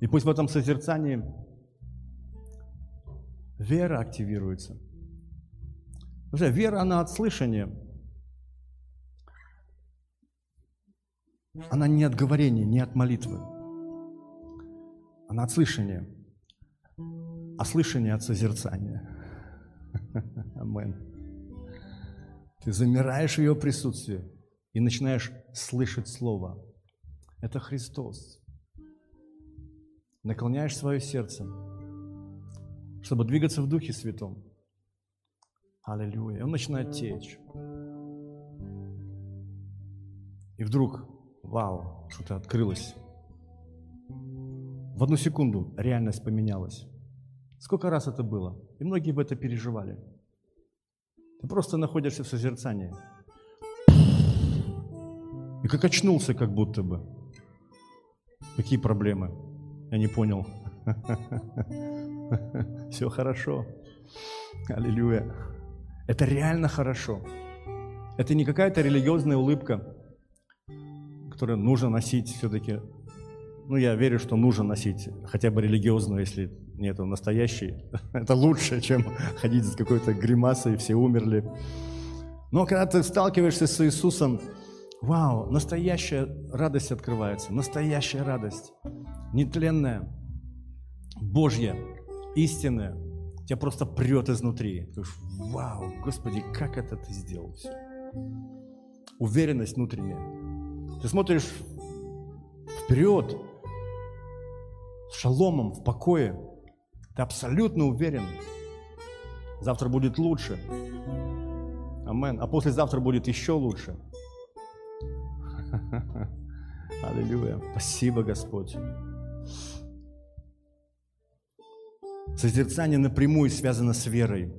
И пусть в этом созерцании вера активируется. Потому что вера, она от слышания. Она не от говорения, не от молитвы. Она от слышания. А слышание от созерцания. Амин. Ты замираешь в ее присутствии и начинаешь слышать Слово. Это Христос. Наклоняешь свое сердце, чтобы двигаться в Духе Святом. Аллилуйя. Он начинает течь. И вдруг, вау, что-то открылось. В одну секунду реальность поменялась. Сколько раз это было? И многие бы это переживали. Ты просто находишься в созерцании. И как очнулся, как будто бы. Какие проблемы? Я не понял. Все хорошо. Аллилуйя. Это реально хорошо. Это не какая-то религиозная улыбка, которую нужно носить все-таки. Ну, я верю, что нужно носить хотя бы религиозную, если нету настоящей. Это лучше, чем ходить с какой-то гримасой, все умерли. Но когда ты сталкиваешься с Иисусом, вау, настоящая радость открывается, настоящая радость, нетленная, Божья, истинная, тебя просто прет изнутри. Ты говоришь, вау, Господи, как это ты сделал все? Уверенность внутренняя. Ты смотришь вперед, с шаломом, в покое. Ты абсолютно уверен. Завтра будет лучше. Амен. А послезавтра будет еще лучше. Аллилуйя. Спасибо, Господь. Созерцание напрямую связано с верой.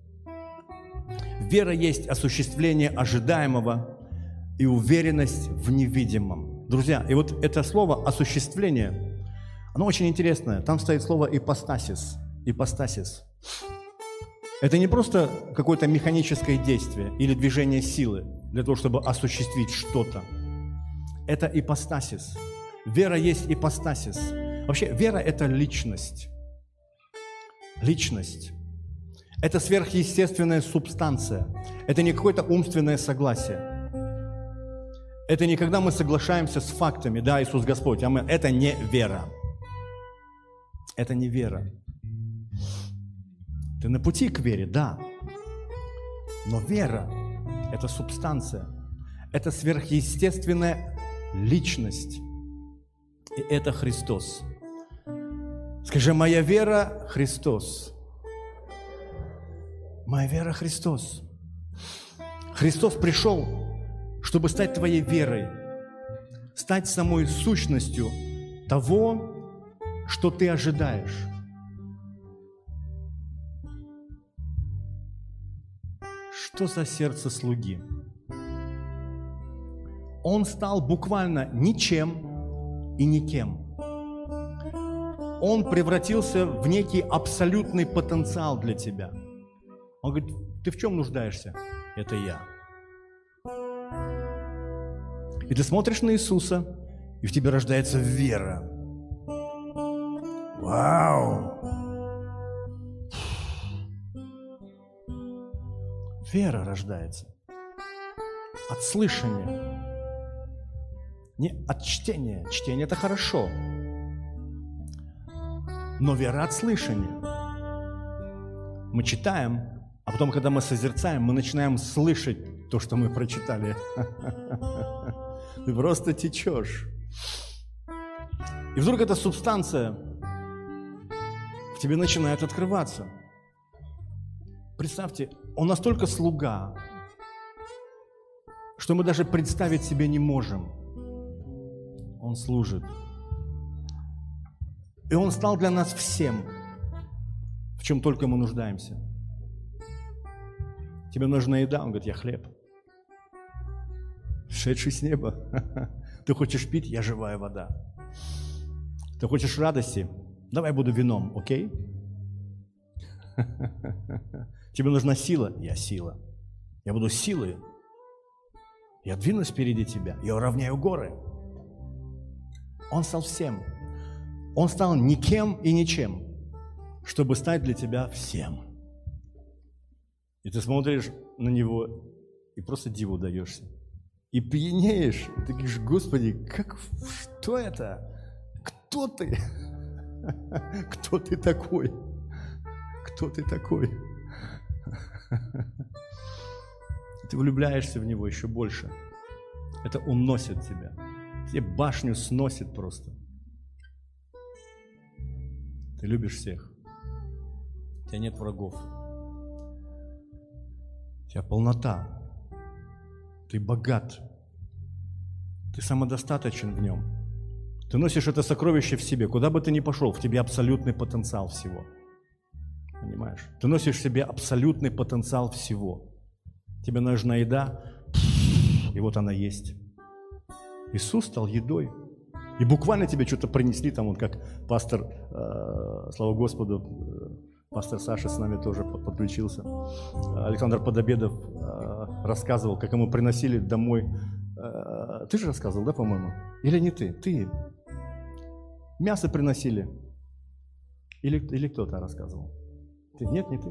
Вера есть осуществление ожидаемого и уверенность в невидимом. Друзья, и вот это слово «осуществление», оно очень интересное. Там стоит слово «ипостасис». Ипостасис. Это не просто какое-то механическое действие или движение силы для того, чтобы осуществить что-то. Это ипостасис. Вера есть ипостасис. Вообще, вера – это личность. Личность. Это сверхъестественная субстанция. Это не какое-то умственное согласие. Это не когда мы соглашаемся с фактами, да, Иисус Господь, а это не вера. Это не вера. Ты на пути к вере, да. Но вера – это субстанция. Это сверхъестественная личность. И это Христос. Скажи, моя вера – Христос. Моя вера – Христос. Христос пришел, чтобы стать твоей верой, стать самой сущностью того, что ты ожидаешь. Что за сердце слуги? Он стал буквально ничем и никем. Он превратился в некий абсолютный потенциал для тебя. Он говорит, ты в чем нуждаешься? Это я. И ты смотришь на Иисуса, и в тебе рождается вера. Вау! Вера рождается от слышания, не от чтения. Чтение – это хорошо. Но вера от слышания. Мы читаем, а потом, когда мы созерцаем, мы начинаем слышать то, что мы прочитали. Ты просто течешь. И вдруг эта субстанция в тебе начинает открываться. Представьте, он настолько слуга, что мы даже представить себе не можем. Он служит. И он стал для нас всем, в чем только мы нуждаемся. Тебе нужна еда? Он говорит, я хлеб. Шедший с неба. Ты хочешь пить? Я живая вода. Ты хочешь радости? Давай буду вином, окей? Тебе нужна сила? Я сила. Я буду силой. Я двинусь впереди тебя. Я уравняю горы. Он стал всем. Он стал никем и ничем, чтобы стать для тебя всем. И ты смотришь на Него и просто диву даешься. И пьянеешь, и ты говоришь: Господи, что это? Кто ты? Кто ты такой? Кто ты такой? Ты влюбляешься в Него еще больше. Это уносит тебя. Тебе башню сносит просто. Ты любишь всех. У тебя нет врагов. У тебя полнота. Ты богат. Ты самодостаточен в Нем. Ты носишь это сокровище в себе. Куда бы ты ни пошел, в тебе абсолютный потенциал всего. Понимаешь? Ты носишь в себе абсолютный потенциал всего. Тебе нужна еда, и вот она есть. Иисус стал едой. И буквально тебе что-то принесли, там вот как пастор, слава Господу, пастор Саша с нами тоже подключился. Александр Подобедов рассказывал, как ему приносили домой. Ты же рассказывал, да, по-моему? Или не ты? Ты. Мясо приносили. Или кто-то рассказывал? Ты? Нет, не ты.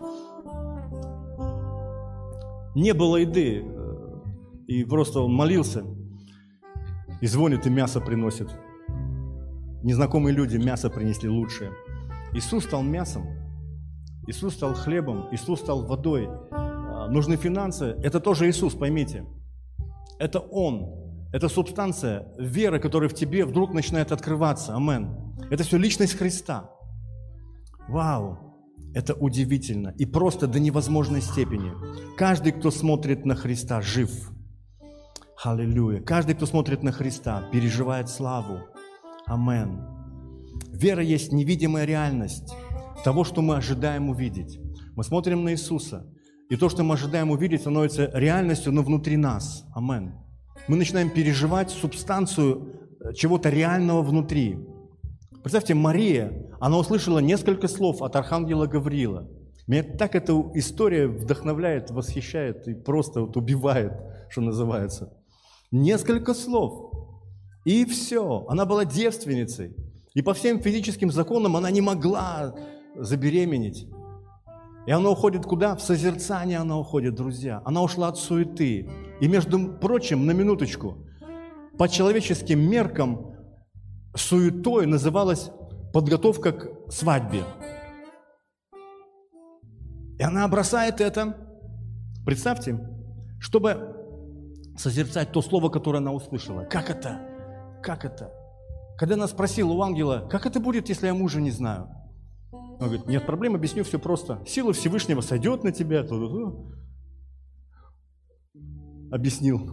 Не было еды. И просто он молился. И звонит, и мясо приносит. Незнакомые люди мясо принесли лучшее. Иисус стал мясом. Иисус стал хлебом. Иисус стал водой. Нужны финансы. Это тоже Иисус, поймите. Это Он. Это субстанция веры, которая в тебе вдруг начинает открываться. Амен. Это все личность Христа. Вау. Это удивительно. И просто до невозможной степени. Каждый, кто смотрит на Христа, жив. Аллилуйя. Каждый, кто смотрит на Христа, переживает славу. Амен. Вера есть невидимая реальность того, что мы ожидаем увидеть. Мы смотрим на Иисуса, и то, что мы ожидаем увидеть, становится реальностью, но внутри нас. Амен. Мы начинаем переживать субстанцию чего-то реального внутри. Представьте, Мария, она услышала несколько слов от архангела Гавриила. Меня так эта история вдохновляет, восхищает и просто вот убивает, что называется. Несколько слов, и все. Она была девственницей. И по всем физическим законам она не могла забеременеть. И она уходит куда? В созерцание она уходит, друзья. Она ушла от суеты. И, между прочим, на минуточку, по человеческим меркам суетой называлась подготовка к свадьбе. И она бросает это, представьте, чтобы созерцать то слово, которое она услышала. Как это? Как это? Когда она спросила у ангела: как это будет, если я мужа не знаю? Он говорит: нет проблем, объясню все просто. Сила Всевышнего сойдет на тебя. Объяснил.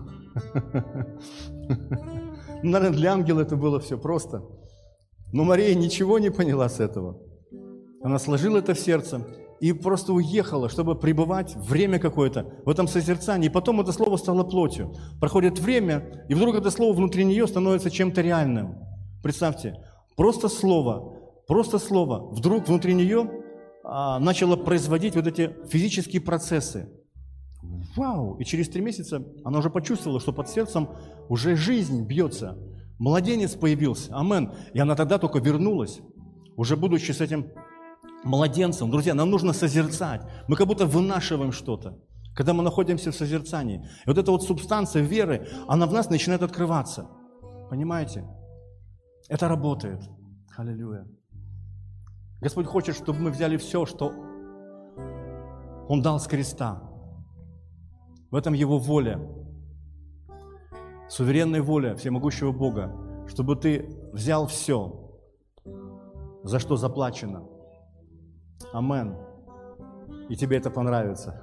Наверное, для ангела это было все просто. Но Мария ничего не поняла с этого. Она сложила это в сердце и просто уехала, чтобы пребывать время какое-то в этом созерцании. И потом это слово стало плотью. Проходит время, и вдруг это слово внутри нее становится чем-то реальным. Представьте, просто слово вдруг внутри нее начало производить вот эти физические процессы. Вау! И через 3 месяца она уже почувствовала, что под сердцем уже жизнь бьется. Младенец появился. Амен. И она тогда только вернулась, уже будучи с этим младенцем. Друзья, нам нужно созерцать. Мы как будто вынашиваем что-то, когда мы находимся в созерцании. И вот эта вот субстанция веры, она в нас начинает открываться. Понимаете? Это работает. Аллилуйя. Господь хочет, чтобы мы взяли все, что Он дал с креста. В этом Его воля. Суверенная воля всемогущего Бога, чтобы ты взял все, за что заплачено. Амен. И тебе это понравится.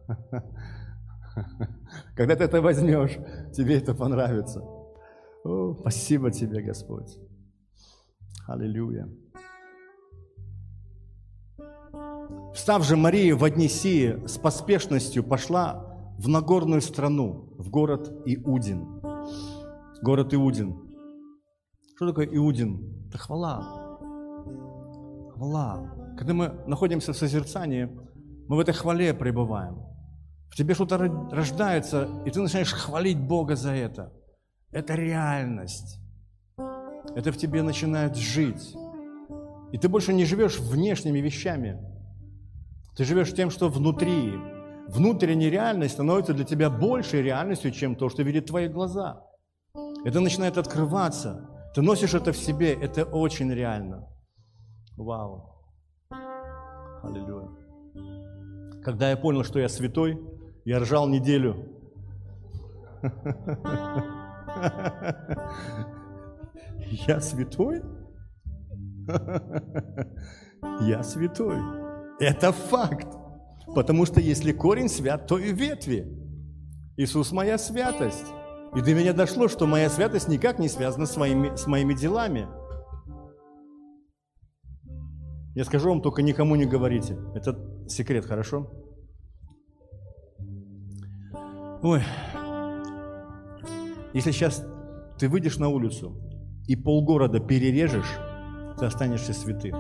Когда ты это возьмешь, тебе это понравится. О, спасибо тебе, Господь. Аллилуйя. Встав же Мария в одни сии, с поспешностью пошла в Нагорную страну, в город Иудин. Город Иудин. Что такое Иудин? Это хвала. Хвала. Когда мы находимся в созерцании, мы в этой хвале пребываем. В тебе что-то рождается, и ты начинаешь хвалить Бога за это. Это реальность. Это в тебе начинает жить. И ты больше не живешь внешними вещами. Ты живешь тем, что внутри. Внутренняя реальность становится для тебя большей реальностью, чем то, что видят твои глаза. Это начинает открываться. Ты носишь это в себе. Это очень реально. Вау. Аллилуйя. Когда я понял, что я святой, я ржал неделю. Я святой? Я святой. Это факт. Потому что если корень свят, то и ветви. Иисус – моя святость. И до меня дошло, что моя святость никак не связана с моими делами. Я скажу вам, только никому не говорите. Это секрет, хорошо? Ой. Если сейчас ты выйдешь на улицу и полгорода перережешь, ты останешься святым.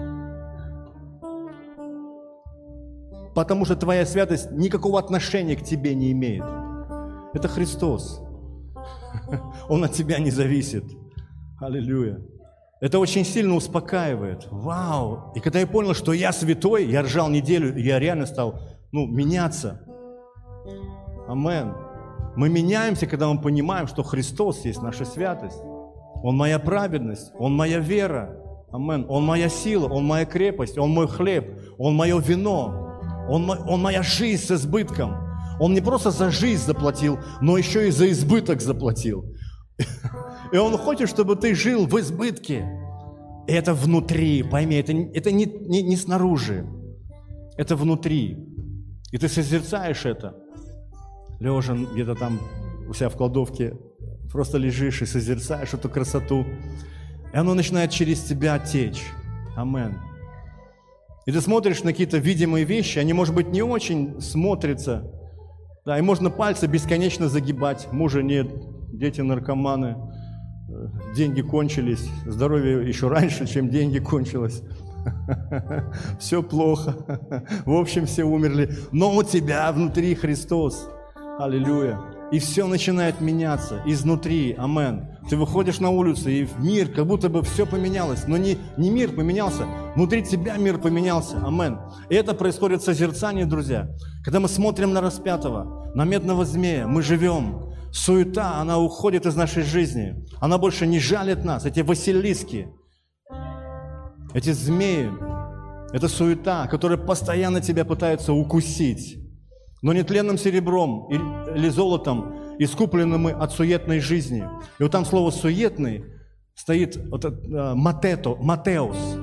Потому что твоя святость никакого отношения к тебе не имеет. Это Христос. Он от тебя не зависит. Аллилуйя. Это очень сильно успокаивает. Вау! И когда я понял, что я святой, я ржал неделю, и я реально стал, меняться. Амен. Мы меняемся, когда мы понимаем, что Христос есть наша святость. Он моя праведность, Он моя вера. Амен. Он моя сила, Он моя крепость, Он мой хлеб, Он мое вино. Он моя жизнь с избытком. Он не просто за жизнь заплатил, но еще и за избыток заплатил. И Он хочет, чтобы ты жил в избытке. И это внутри, пойми, это не снаружи. Это внутри. И ты созерцаешь это. Лежа где-то там у себя в кладовке, просто лежишь и созерцаешь эту красоту. И оно начинает через тебя течь. Амен. И ты смотришь на какие-то видимые вещи, они, может быть, не очень смотрятся. Да, и можно пальцы бесконечно загибать. Мужа нет, дети наркоманы, деньги кончились, здоровье еще раньше, чем деньги кончилось. Все плохо. В общем, все умерли. Но у тебя внутри Христос. Аллилуйя. И все начинает меняться изнутри. Амен. Ты выходишь на улицу, и в мир как будто бы все поменялось. Но не мир поменялся, внутри тебя мир поменялся. Амен. И это происходит в созерцании, друзья. Когда мы смотрим на распятого, на медного змея, мы живем. Суета, она уходит из нашей жизни. Она больше не жалит нас. Эти василиски, эти змеи, это суета, которая постоянно тебя пытается укусить. Но не тленным серебром или золотом, искупленным мы от суетной жизни. И вот там слово «суетный» стоит «матеус».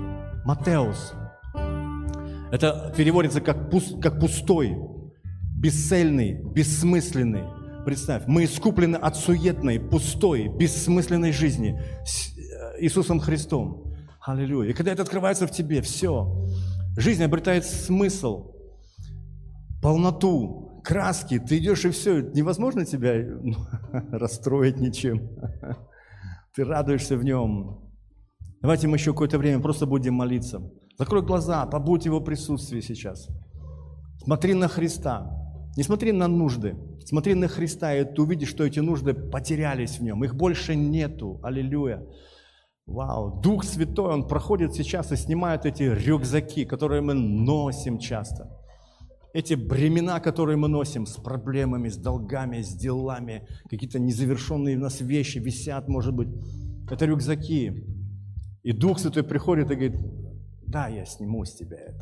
Это переводится как пустой, бесцельный, бессмысленный. Представь, мы искуплены от суетной, пустой, бессмысленной жизни с Иисусом Христом. Аллилуйя. И когда это открывается в тебе, все. Жизнь обретает смысл, полноту, краски. Ты идешь и все. Невозможно тебя расстроить ничем. Ты радуешься в нем. Давайте мы еще какое-то время просто будем молиться. Закрой глаза, побудь в Его присутствии сейчас. Смотри на Христа. Не смотри на нужды. Смотри на Христа, и ты увидишь, что эти нужды потерялись в Нем. Их больше нету. Аллилуйя. Вау. Дух Святой, Он проходит сейчас и снимает эти рюкзаки, которые мы носим часто. Эти бремена, которые мы носим с проблемами, с долгами, с делами, какие-то незавершенные у нас вещи висят, может быть. Это рюкзаки. И Дух Святой приходит и говорит: да, я сниму с тебя это.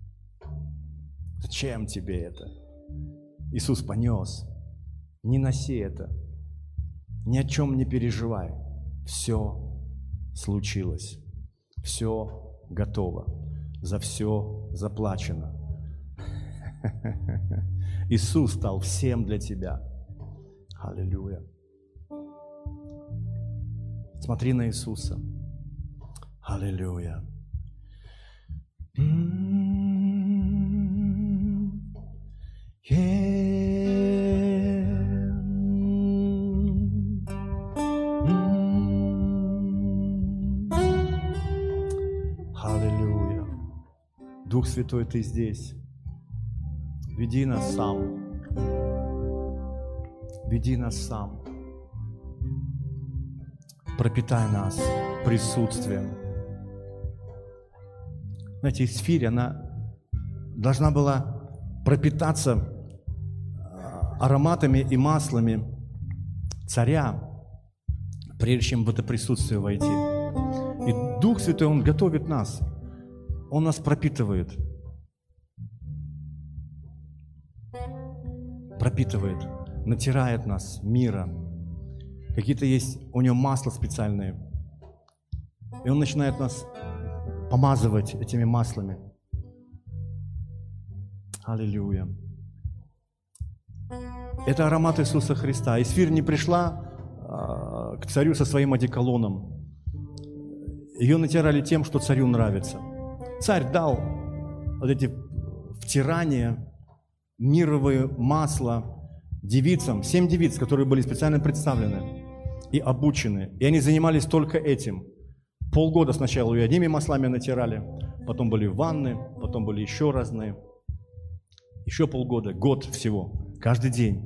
Зачем тебе это? Иисус понес. Не носи это. Ни о чем не переживай. Все случилось. Все готово. За все заплачено. Иисус стал всем для тебя. Аллилуйя. Смотри на Иисуса. Аллилуйя. Аллилуйя. Дух Святой, Ты здесь. Веди нас сам. Веди нас сам. пропитай нас присутствием. Знаете, Исфирь, она должна была пропитаться ароматами и маслами царя, прежде чем в это присутствие войти. И Дух Святой, Он готовит нас, Он нас пропитывает, натирает нас миром. Какие-то есть у Него масла специальные, и Он начинает нас помазывать этими маслами. Аллилуйя. Это аромат Иисуса Христа. Исфирь не пришла к царю со своим одеколоном. Ее натирали тем, что царю нравится. Царь дал вот эти втирания, мировые масла девицам, 7 девиц, которые были специально представлены и обучены. И они занимались только этим. Полгода сначала ее одними маслами натирали, потом были ванны, потом были еще разные. Еще полгода, год всего. Каждый день.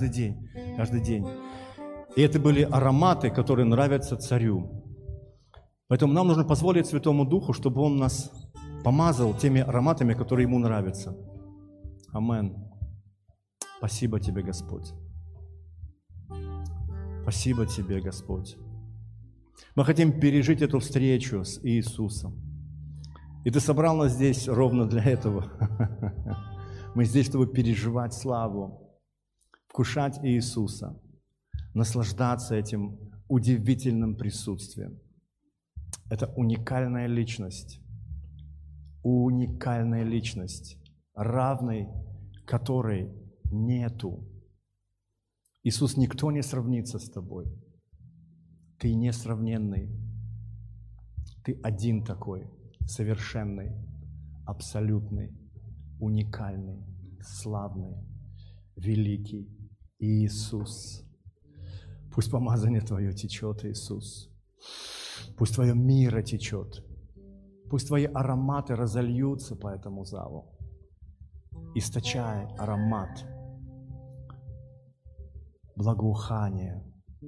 И это были ароматы, которые нравятся царю. Поэтому нам нужно позволить Святому Духу, чтобы Он нас помазал теми ароматами, которые Ему нравятся. Амен. Спасибо Тебе, Господь. Спасибо Тебе, Господь. Мы хотим пережить эту встречу с Иисусом. И Ты собрал нас здесь ровно для этого. Мы здесь, чтобы переживать славу, вкушать Иисуса, наслаждаться этим удивительным присутствием. Это уникальная личность, равной которой нету. Иисус, никто не сравнится с Тобой. Ты несравненный. Ты один такой, совершенный, абсолютный, уникальный, славный, великий Иисус. Пусть помазание Твое течет, Иисус. Пусть Твое мира течет. Пусть Твои ароматы разольются по этому залу. Источай аромат благоухания.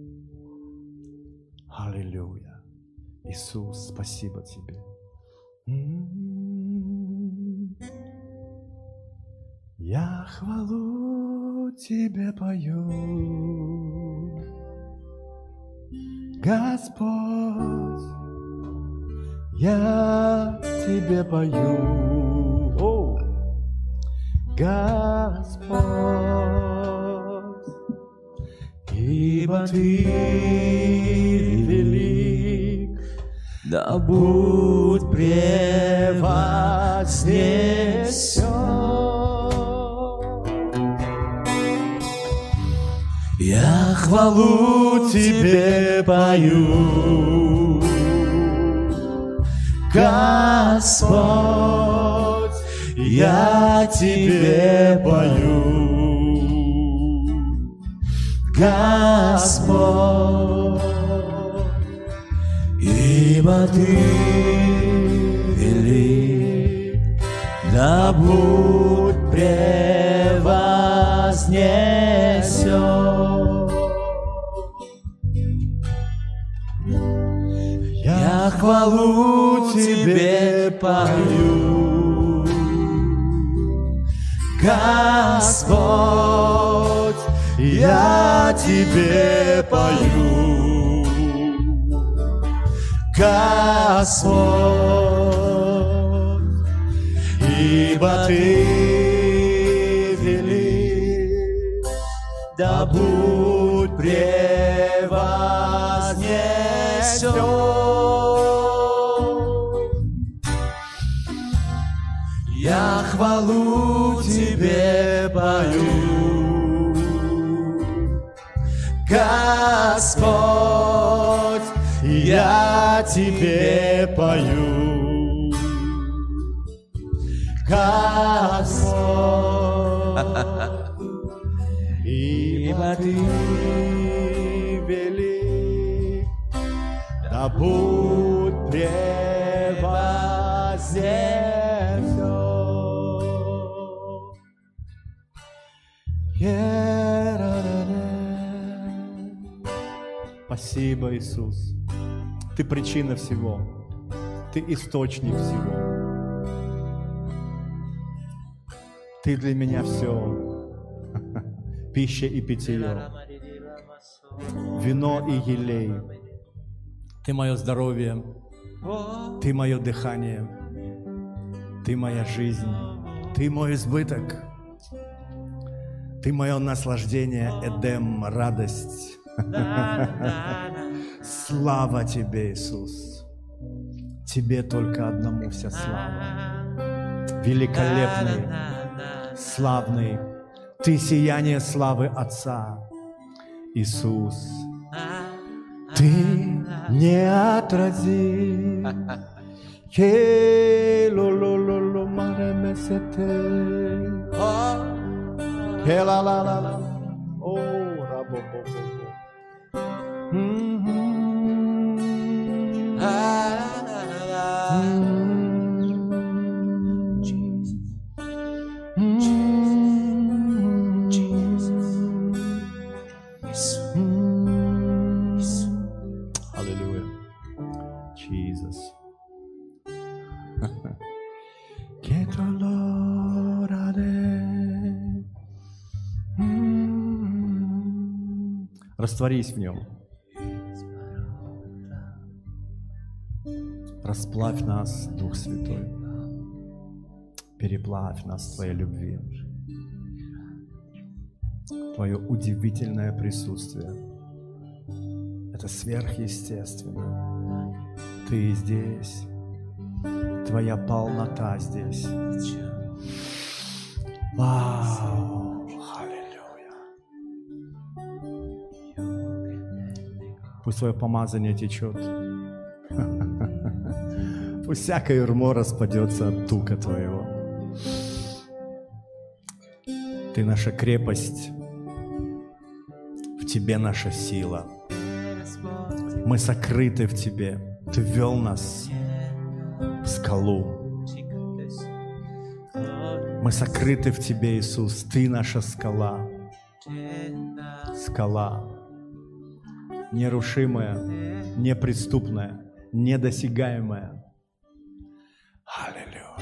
Аллилуйя. Иисус, спасибо Тебе. Я хвалу Тебе пою, Господь, я Тебе пою, о, Господь, ибо Ты велик, да будь превознесен. Я хвалу Тебе пою, Господь, я Тебе пою, Господь, ибо Ты велик, да будь превознесен. Я хвалу Тебе пою, Господь, я Тебе пою, Господь, ибо Ты велик, да будь превознесен. Я хвалу Тебе пою, Господь, я Тебе пою, Господь, ибо Ты велик, да будь превознесен. Спасибо, Иисус. Ты причина всего. Ты источник всего. Ты для меня все. Пища и питье. Вино и елей. Ты мое здоровье. Ты мое дыхание. Ты моя жизнь. Ты мой избыток. Ты мое наслаждение, Эдем, радость. Слава Тебе, Иисус. Тебе только одному вся слава. Великолепный, славный. Ты сияние славы Отца. Иисус, Ты неотразим. Растворись в нем. Расплавь нас, Дух Святой. Переплавь нас в Твоей любви. Твое удивительное присутствие. Это сверхъестественно. Ты здесь. Твоя полнота здесь. Вау! Пусть Твое помазание течет. Пусть всякое ярмо распадется от тука Твоего. Ты наша крепость, в Тебе наша сила. Мы сокрыты в Тебе. Ты ввел нас в скалу. Мы сокрыты в Тебе, Иисус. Ты наша скала. Скала. Нерушимая, неприступная, недосягаемая. Аллилуйя.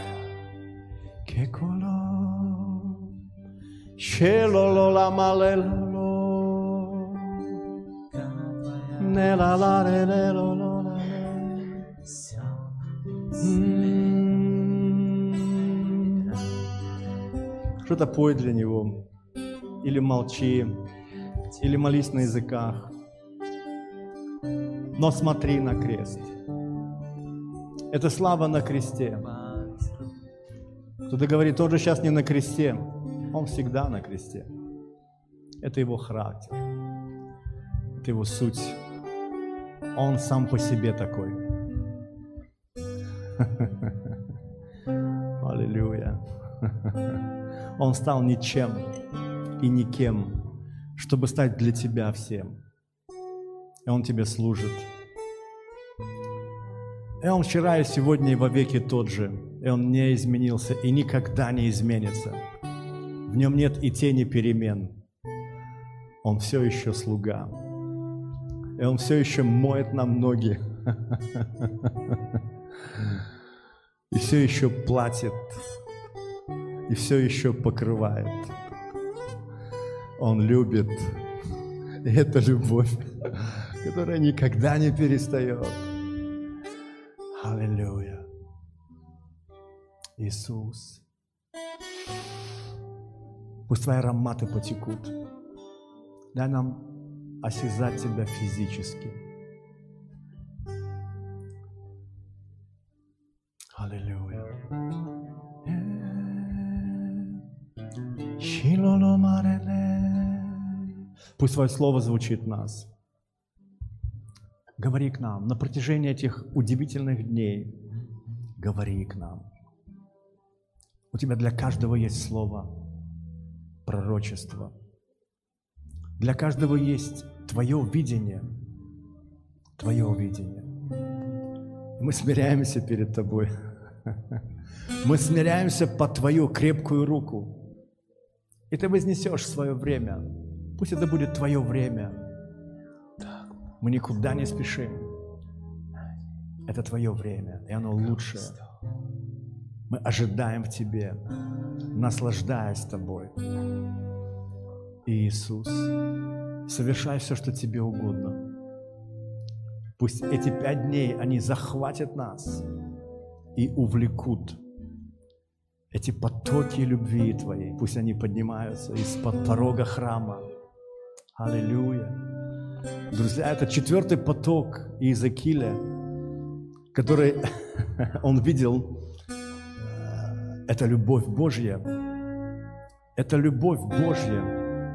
Что-то пой для Него, или молчи, или молись на языках. Но смотри на крест. Это слава на кресте. Кто-то говорит, он же сейчас не на кресте. Он всегда на кресте. Это его характер. Это его суть. Он сам по себе такой. Аллилуйя. Он стал ничем и никем, чтобы стать для тебя всем. И Он тебе служит. И Он вчера, и сегодня, и вовеки тот же. И Он не изменился и никогда не изменится. В Нем нет и тени перемен. Он все еще слуга. И Он все еще моет нам ноги. И все еще платит. И все еще покрывает. Он любит. И это любовь, которая никогда не перестает. Аллилуйя. Иисус. Пусть Твои ароматы потекут. Дай нам осязать Тебя физически. Аллилуйя. Пусть Твое Слово звучит в нас. Говори к нам на протяжении этих удивительных дней. Говори к нам. У Тебя для каждого есть слово, пророчество. Для каждого есть Твое видение. Твое видение. И мы смиряемся перед Тобой. Мы смиряемся под Твою крепкую руку. И Ты вознесешь свое время. Пусть это будет Твое время. Мы никуда не спешим. Это Твое время, и оно лучшее. Мы ожидаем в Тебе, наслаждаясь Тобой. Иисус, совершай все, что Тебе угодно. Пусть эти 5 дней, они захватят нас и увлекут. Эти потоки любви Твоей, пусть они поднимаются из-под порога храма. Аллилуйя. Друзья, это 4-й поток Иезекииля, который он видел. Это любовь Божья. Это любовь Божья.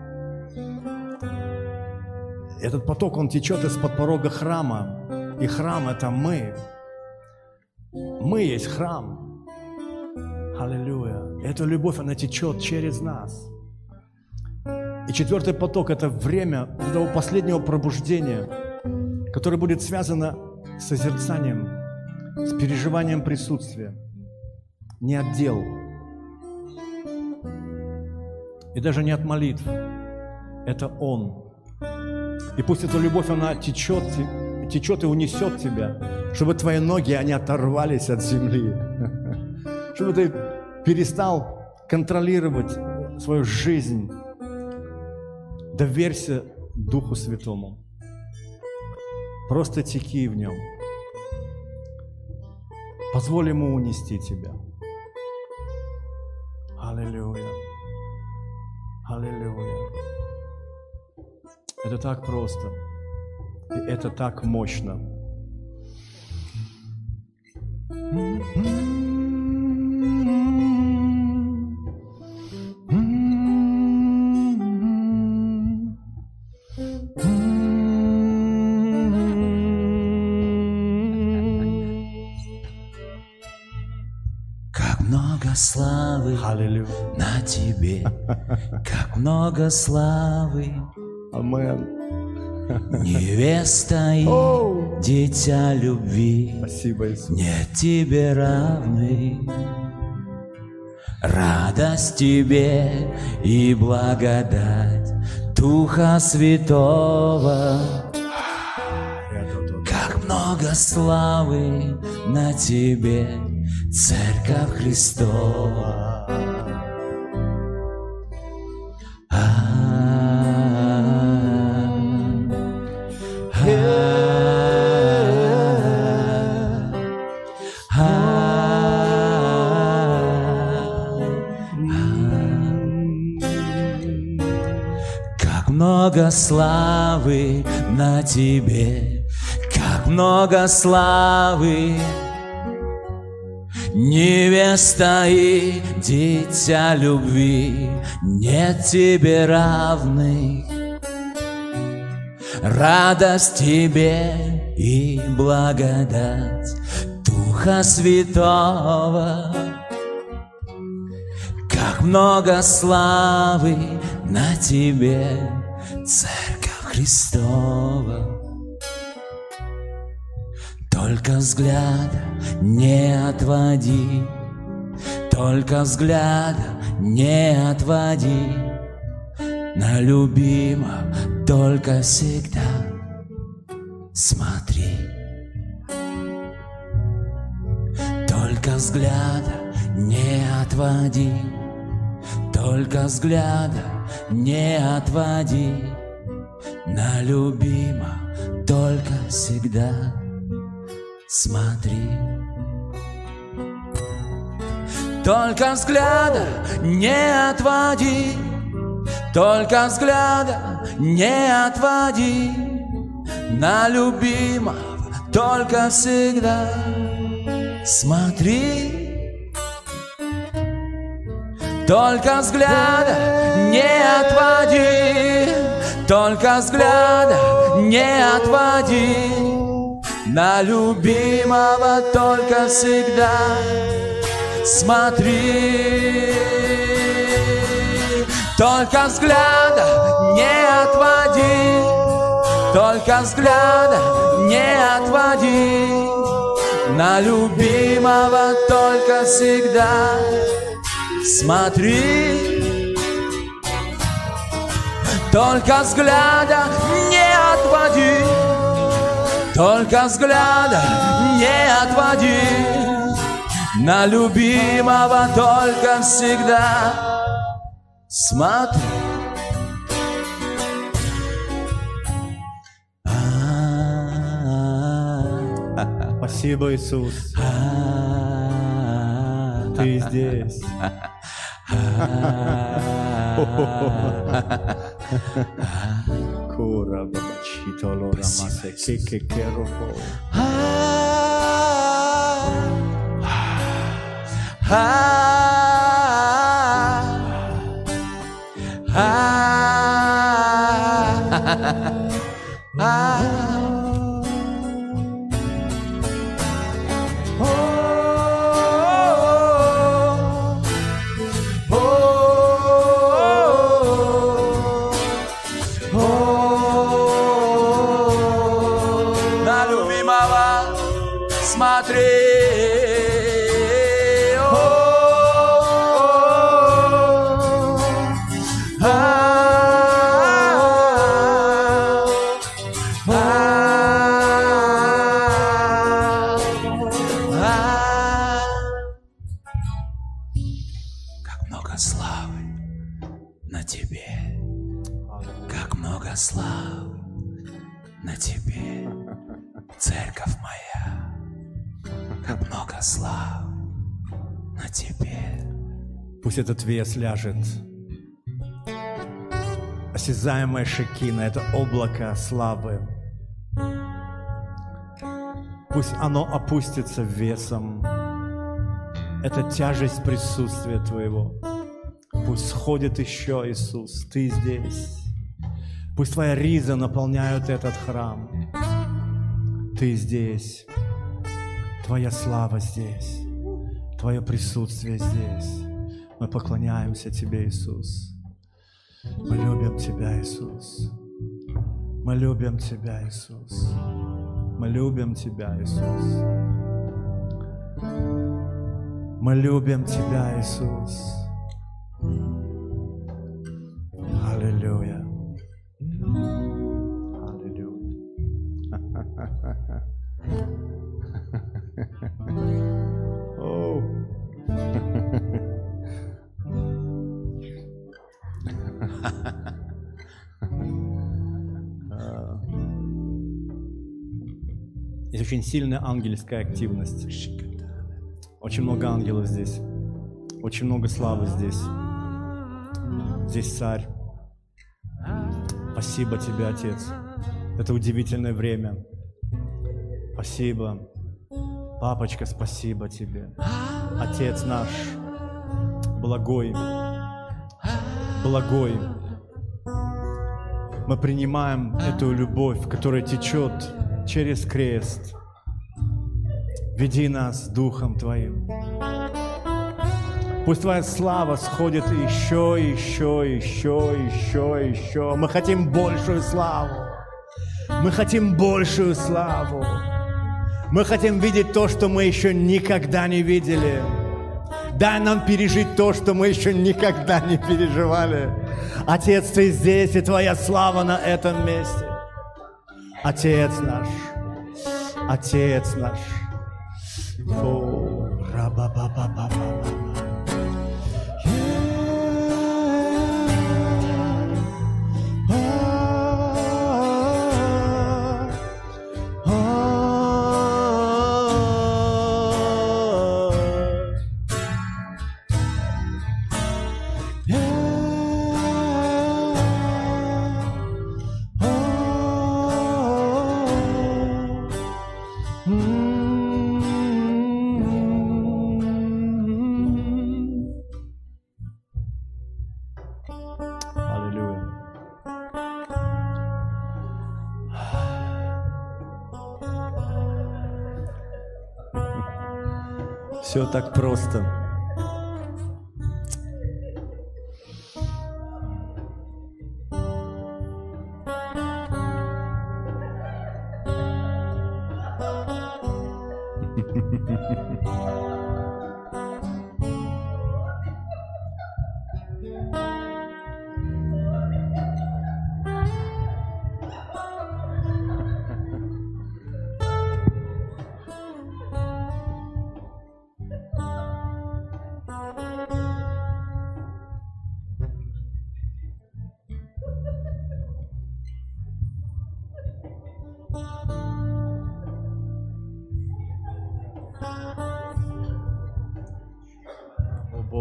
Этот поток, он течет из-под порога храма. И храм – это мы. Мы есть храм. Аллилуйя. Эта любовь, она течет через нас. И 4-й поток – это время того последнего пробуждения, которое будет связано с созерцанием, с переживанием присутствия. Не от дел. И даже не от молитв. Это Он. И пусть эта любовь, она течет и унесет тебя, чтобы твои ноги, они оторвались от земли. Чтобы ты перестал контролировать свою жизнь. Доверься Духу Святому. Просто теки в Нем. Позволь Ему унести тебя. Аллилуйя. Аллилуйя. Это так просто. И это так мощно. Как много славы на Тебе, как много славы. Амен. Невеста и дитя любви. Спасибо, Иисус. Нет Тебе равной. Радость Тебе и благодать Духа Святого. Как много славы на Тебе, Церковь Христова. Как много славы на Тебе, как много славы. Невеста и дитя любви, нет Тебе равных. Радость Тебе и благодать Духа Святого. Как много славы на Тебе, Церковь Христова. Только взгляда не отводи, только взгляда не отводи. На любимого только всегда смотри. Только взгляда не отводи, только взгляда не отводи. На любимого только всегда смотри. Только взгляда не отводи, только взгляда не отводи. На любимого только всегда смотри. Только взгляда не отводи, только взгляда не отводи. На любимого только всегда смотри. Только взгляда не отводи, только взгляда не отводи. На любимого только всегда смотри. Только взгляда не отводи, только взгляда не отводи. На любимого только всегда смотри. Спасибо, Иисус. Ты здесь. Кура бабачито лора масе кеке керово. На любимого смотри. Как много славы на тебе, как много славы на тебе, церковь моя, как много славы на тебе. Пусть этот вес ляжет. Осязаемая шекина, это облако славы. Пусть оно опустится весом. Это тяжесть присутствия Твоего. Пусть сходит еще, Иисус, Ты здесь. Пусть Твоя риза наполняют этот храм. Ты здесь. Твоя слава здесь. Твое присутствие здесь. Мы поклоняемся Тебе, Иисус. Мы любим Тебя, Иисус. Мы любим Тебя, Иисус. Мы любим Тебя, Иисус. Мы любим Тебя, Иисус. Аллилуйя. Аллилуйя. Есть очень сильная ангельская активность. Очень много ангелов здесь. Очень много славы здесь. Здесь Царь. Спасибо Тебе, Отец. Это удивительное время. Спасибо. Папочка, спасибо Тебе. Отец наш, благой, благой. Мы принимаем эту любовь, которая течет через крест. Веди нас Духом Твоим. Пусть Твоя слава сходит еще, еще, еще, еще, еще. Мы хотим большую славу. Мы хотим большую славу. Мы хотим видеть то, что мы еще никогда не видели. Дай нам пережить то, что мы еще никогда не переживали. Отец, Ты здесь, и Твоя слава на этом месте. Отец наш, Отец наш. О, раба-ба-ба-ба-ба-ба. Все так просто.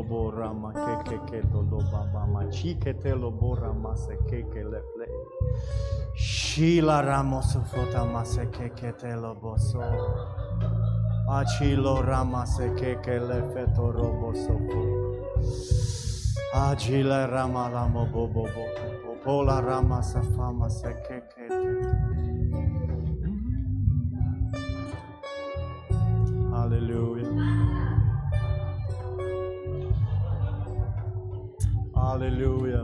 lobo rama keke to loba mama chikete lobo rama se keke leple. Shila ramos fota mase keke te lobo so. Achilo rama se keke lefeto robo so. Agile rama lamo bobo bobo. Pola rama sa fama se keke. Аллилуйя. Аллилуйя.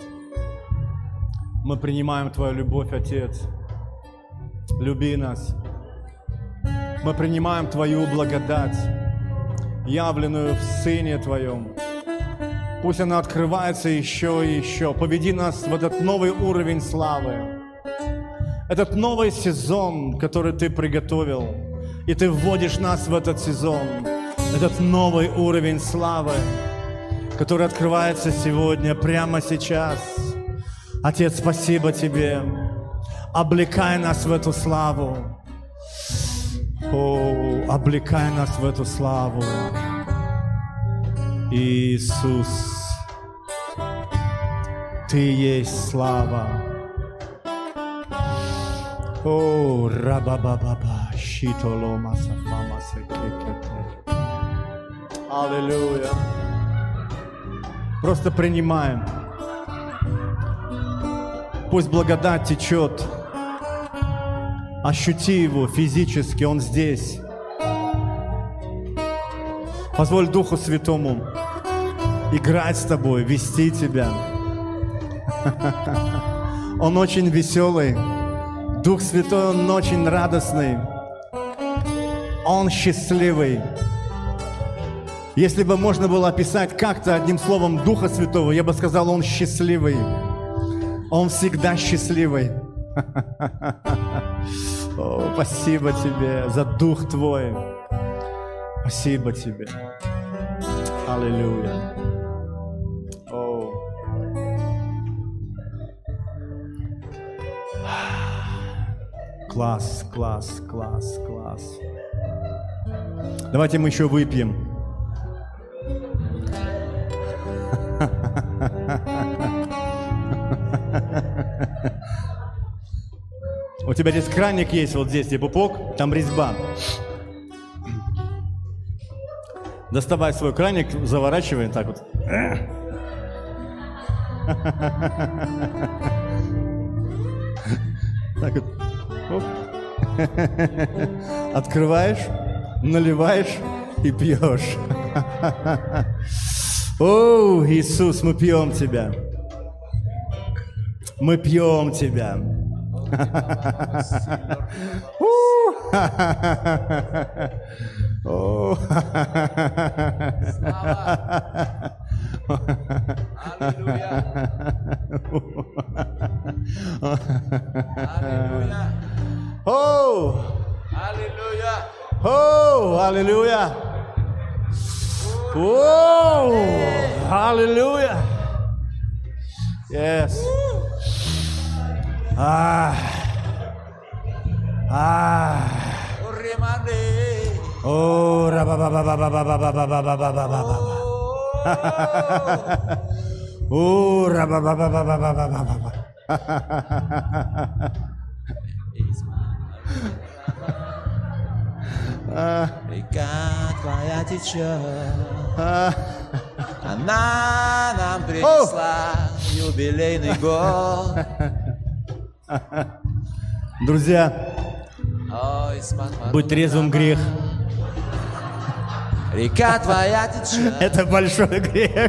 Мы принимаем Твою любовь, Отец. Люби нас. Мы принимаем Твою благодать, явленную в Сыне Твоем. Пусть она открывается еще и еще. Поведи нас в этот новый уровень славы. Этот новый сезон, который Ты приготовил. И Ты вводишь нас в этот сезон, этот новый уровень славы, который открывается сегодня, прямо сейчас. Отец, спасибо Тебе. Облекай нас в эту славу. О, облекай нас в эту славу. Иисус, Ты есть слава. О, рабабабаба, щитолома сафама секекете. Аллилуйя. Просто принимаем. Пусть благодать течет. Ощути Его физически, Он здесь. Позволь Духу Святому играть с тобой, вести тебя. Он очень веселый. Дух Святой, Он очень радостный. Он счастливый. Если бы можно было описать как-то одним словом Духа Святого, я бы сказал, Он счастливый. Он всегда счастливый. О, спасибо Тебе за Дух Твой. Спасибо Тебе. Аллилуйя. О. Класс, класс, класс, класс. Давайте мы еще выпьем. У тебя здесь краник есть, вот здесь, где пупок, там резьба. Доставай свой краник, заворачивай так вот. Так вот. Оп. Открываешь, наливаешь и пьешь. О, Иисус, мы пьем Тебя. Мы пьем Тебя. Аллилуйя. Аллилуйя. Yes. Oh, rababababababababababababa. Oh, rabababababababababa. Река Твоя течет, она нам принесла юбилейный год. Друзья, быть трезвым грех. Река Твоя течет. Это большой грех.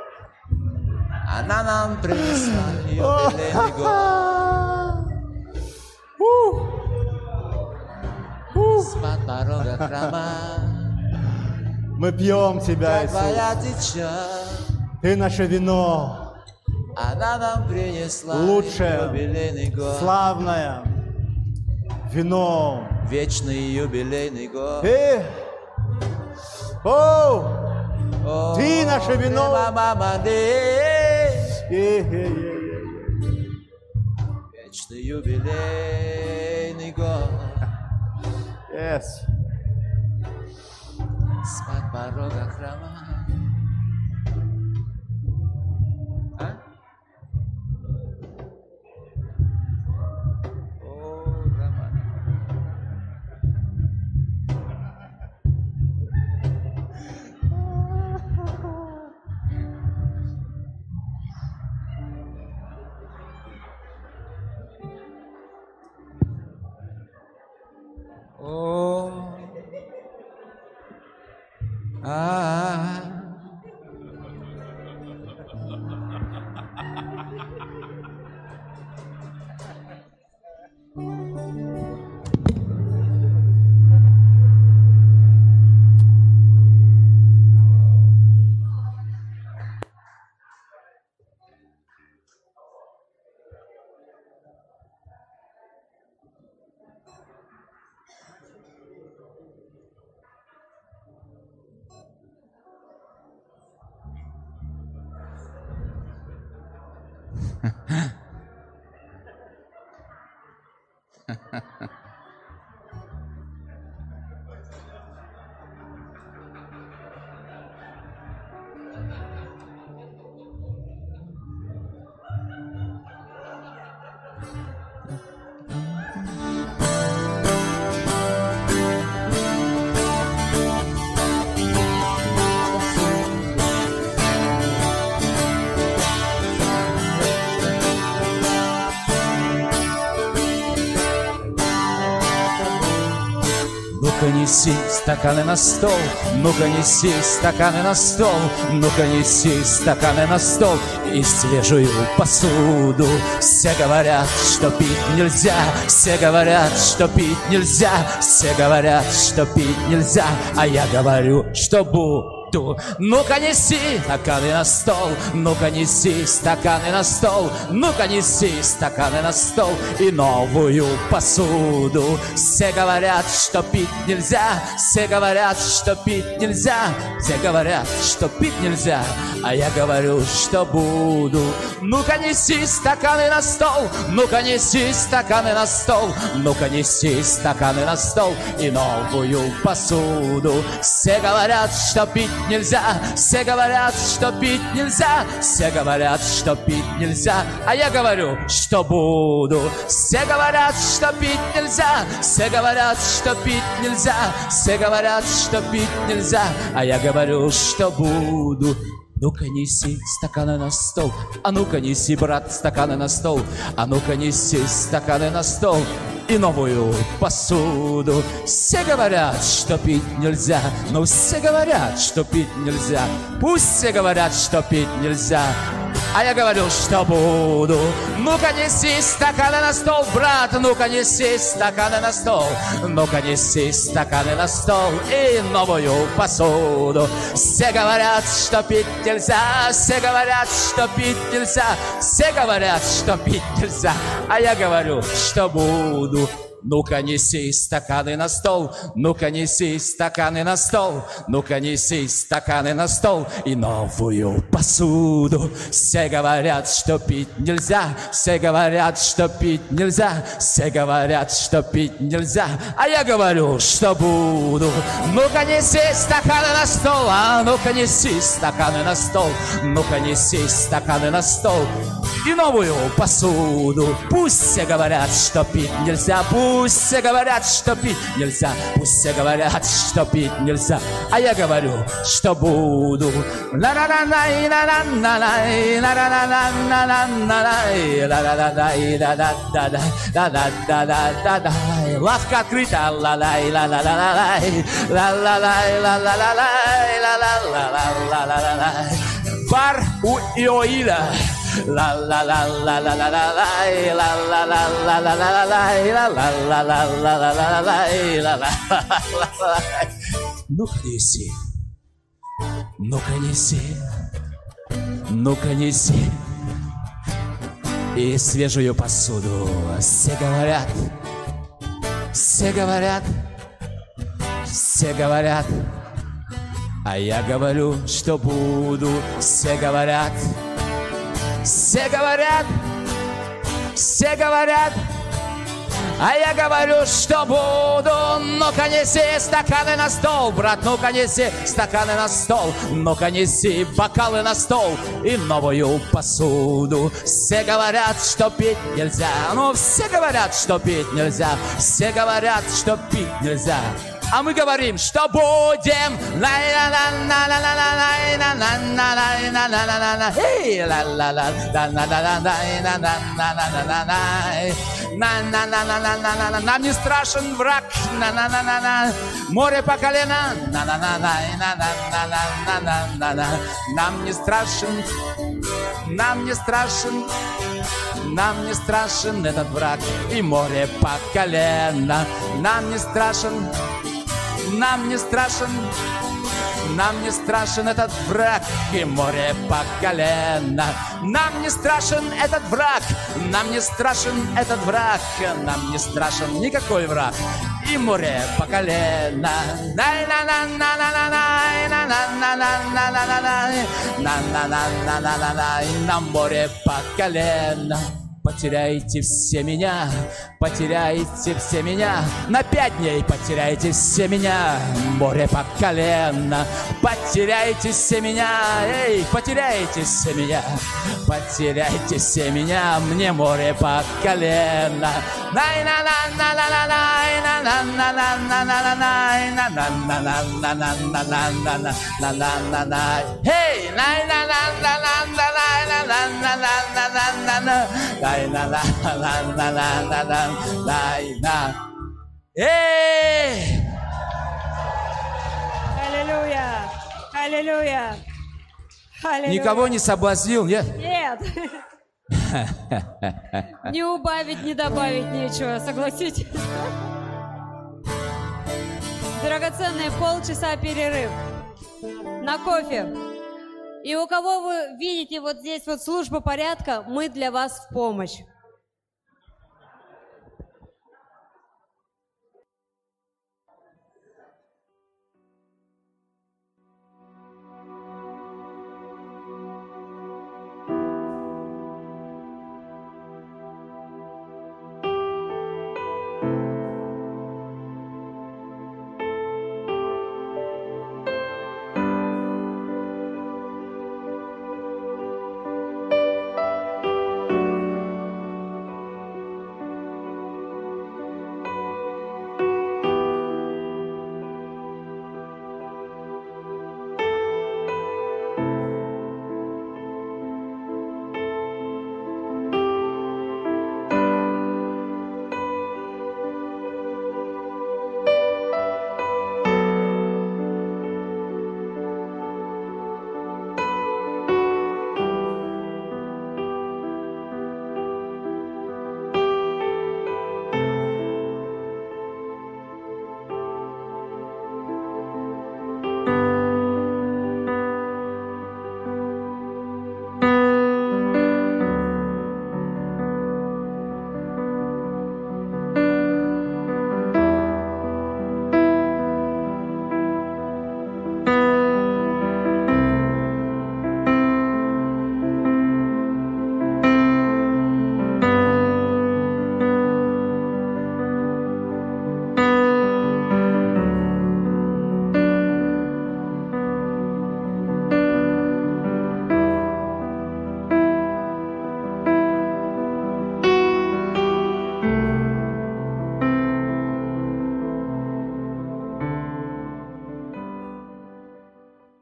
Она нам принесла юбилейный год. С-под порога храма Мы пьем Тебя, Река Твоя Иисус. течет. Ты наше вино, Она нам принесла лучшее, юбилейный год. славное вино. Вечный юбилейный год. О, Ты наше вино. Вечный юбилейный год. Yes. С-под порога храма О, а. Ну-ка неси стаканы на стол, ну-ка неси стаканы на стол, ну-ка неси стаканы на стол и свежую посуду. Все говорят, что пить нельзя, все говорят, что пить нельзя, все говорят, что пить нельзя, а я говорю, что буду. Ну-ка неси стаканы на стол, ну-ка неси стаканы на стол, ну-ка неси стаканы на стол и новую посуду. Все говорят, что пить нельзя, все говорят, что пить нельзя, все говорят, что пить нельзя, а я говорю, что буду. Ну-ка неси стаканы на стол, ну-ка неси стаканы на стол, ну-ка неси стаканы на стол и новую посуду. Все говорят, что пить нельзя, все говорят, что пить нельзя, все говорят, что пить нельзя, а я говорю, что буду. Все говорят, что пить нельзя, все говорят, что пить нельзя, все говорят, что пить нельзя, а я говорю, что буду. Ну-ка неси стаканы на стол, а ну-ка неси, брат, стаканы на стол, а ну-ка неси стаканы на стол и новую посуду. Все говорят, что пить нельзя, но все говорят, что пить нельзя. Пусть все говорят, что пить нельзя, а я говорю, что буду. Ну-ка неси стаканы на стол, брат, ну-ка неси стаканы на стол, ну-ка неси стаканы на стол и новую посуду. Все говорят, что пить нельзя, все говорят, что пить нельзя, все говорят, что пить нельзя, а я говорю, что буду. Ну-ка неси стаканы на стол, ну-ка неси стаканы на стол, ну-ка неси стаканы на стол и новую посуду. Все говорят, что пить нельзя, все говорят, что пить нельзя, все говорят, что пить нельзя, а я говорю, что буду. Ну-ка неси стаканы на стол, а ну-ка неси стаканы на стол, ну-ка неси стаканы на стол и новую посуду. Пусть все говорят, что пить нельзя, пусть все говорят, что пить нельзя, пусть все говорят, что пить нельзя, а я говорю, что буду. Лавка открыта, бар у Иоида. Ну-ка неси, ну-ка неси, ну-ка неси и свежую посуду. Все говорят, все говорят, все говорят, а я говорю, что буду. Все говорят, все говорят, все говорят, а я говорю, что буду. Ну-ка неси стаканы на стол, брат, ну-ка неси стаканы на стол, ну-ка неси бокалы на стол и новую посуду. Все говорят, что пить нельзя, ну все говорят, что пить нельзя, все говорят, что пить нельзя, А мы говорим, что будем. Нам не страшен враг. Море по колено. Нам не страшен. Нам не страшен. Нам не страшен этот враг и море по колено. Нам не страшен. Нам не страшен. Нам не страшен этот враг и море по колено. Нам не страшен этот враг. Нам не страшен этот враг. Нам не страшен никакой враг и море по колено. На море по колено. Потеряйте все меня, потеряйте все меня. На 5 дней потеряйте все меня. Море по колено. Потеряйте все меня, эй, потеряйте все меня. Потеряйте все меня, мне море по колено. Эй, Аллилуйя! Аллилуйя! Аллилуйя! Никого не соблазнил, нет? Нет! Не убавить, не добавить нечего, согласитесь? Драгоценные полчаса перерыв на кофе. И у кого вы видите вот здесь вот служба порядка, мы для вас в помощь.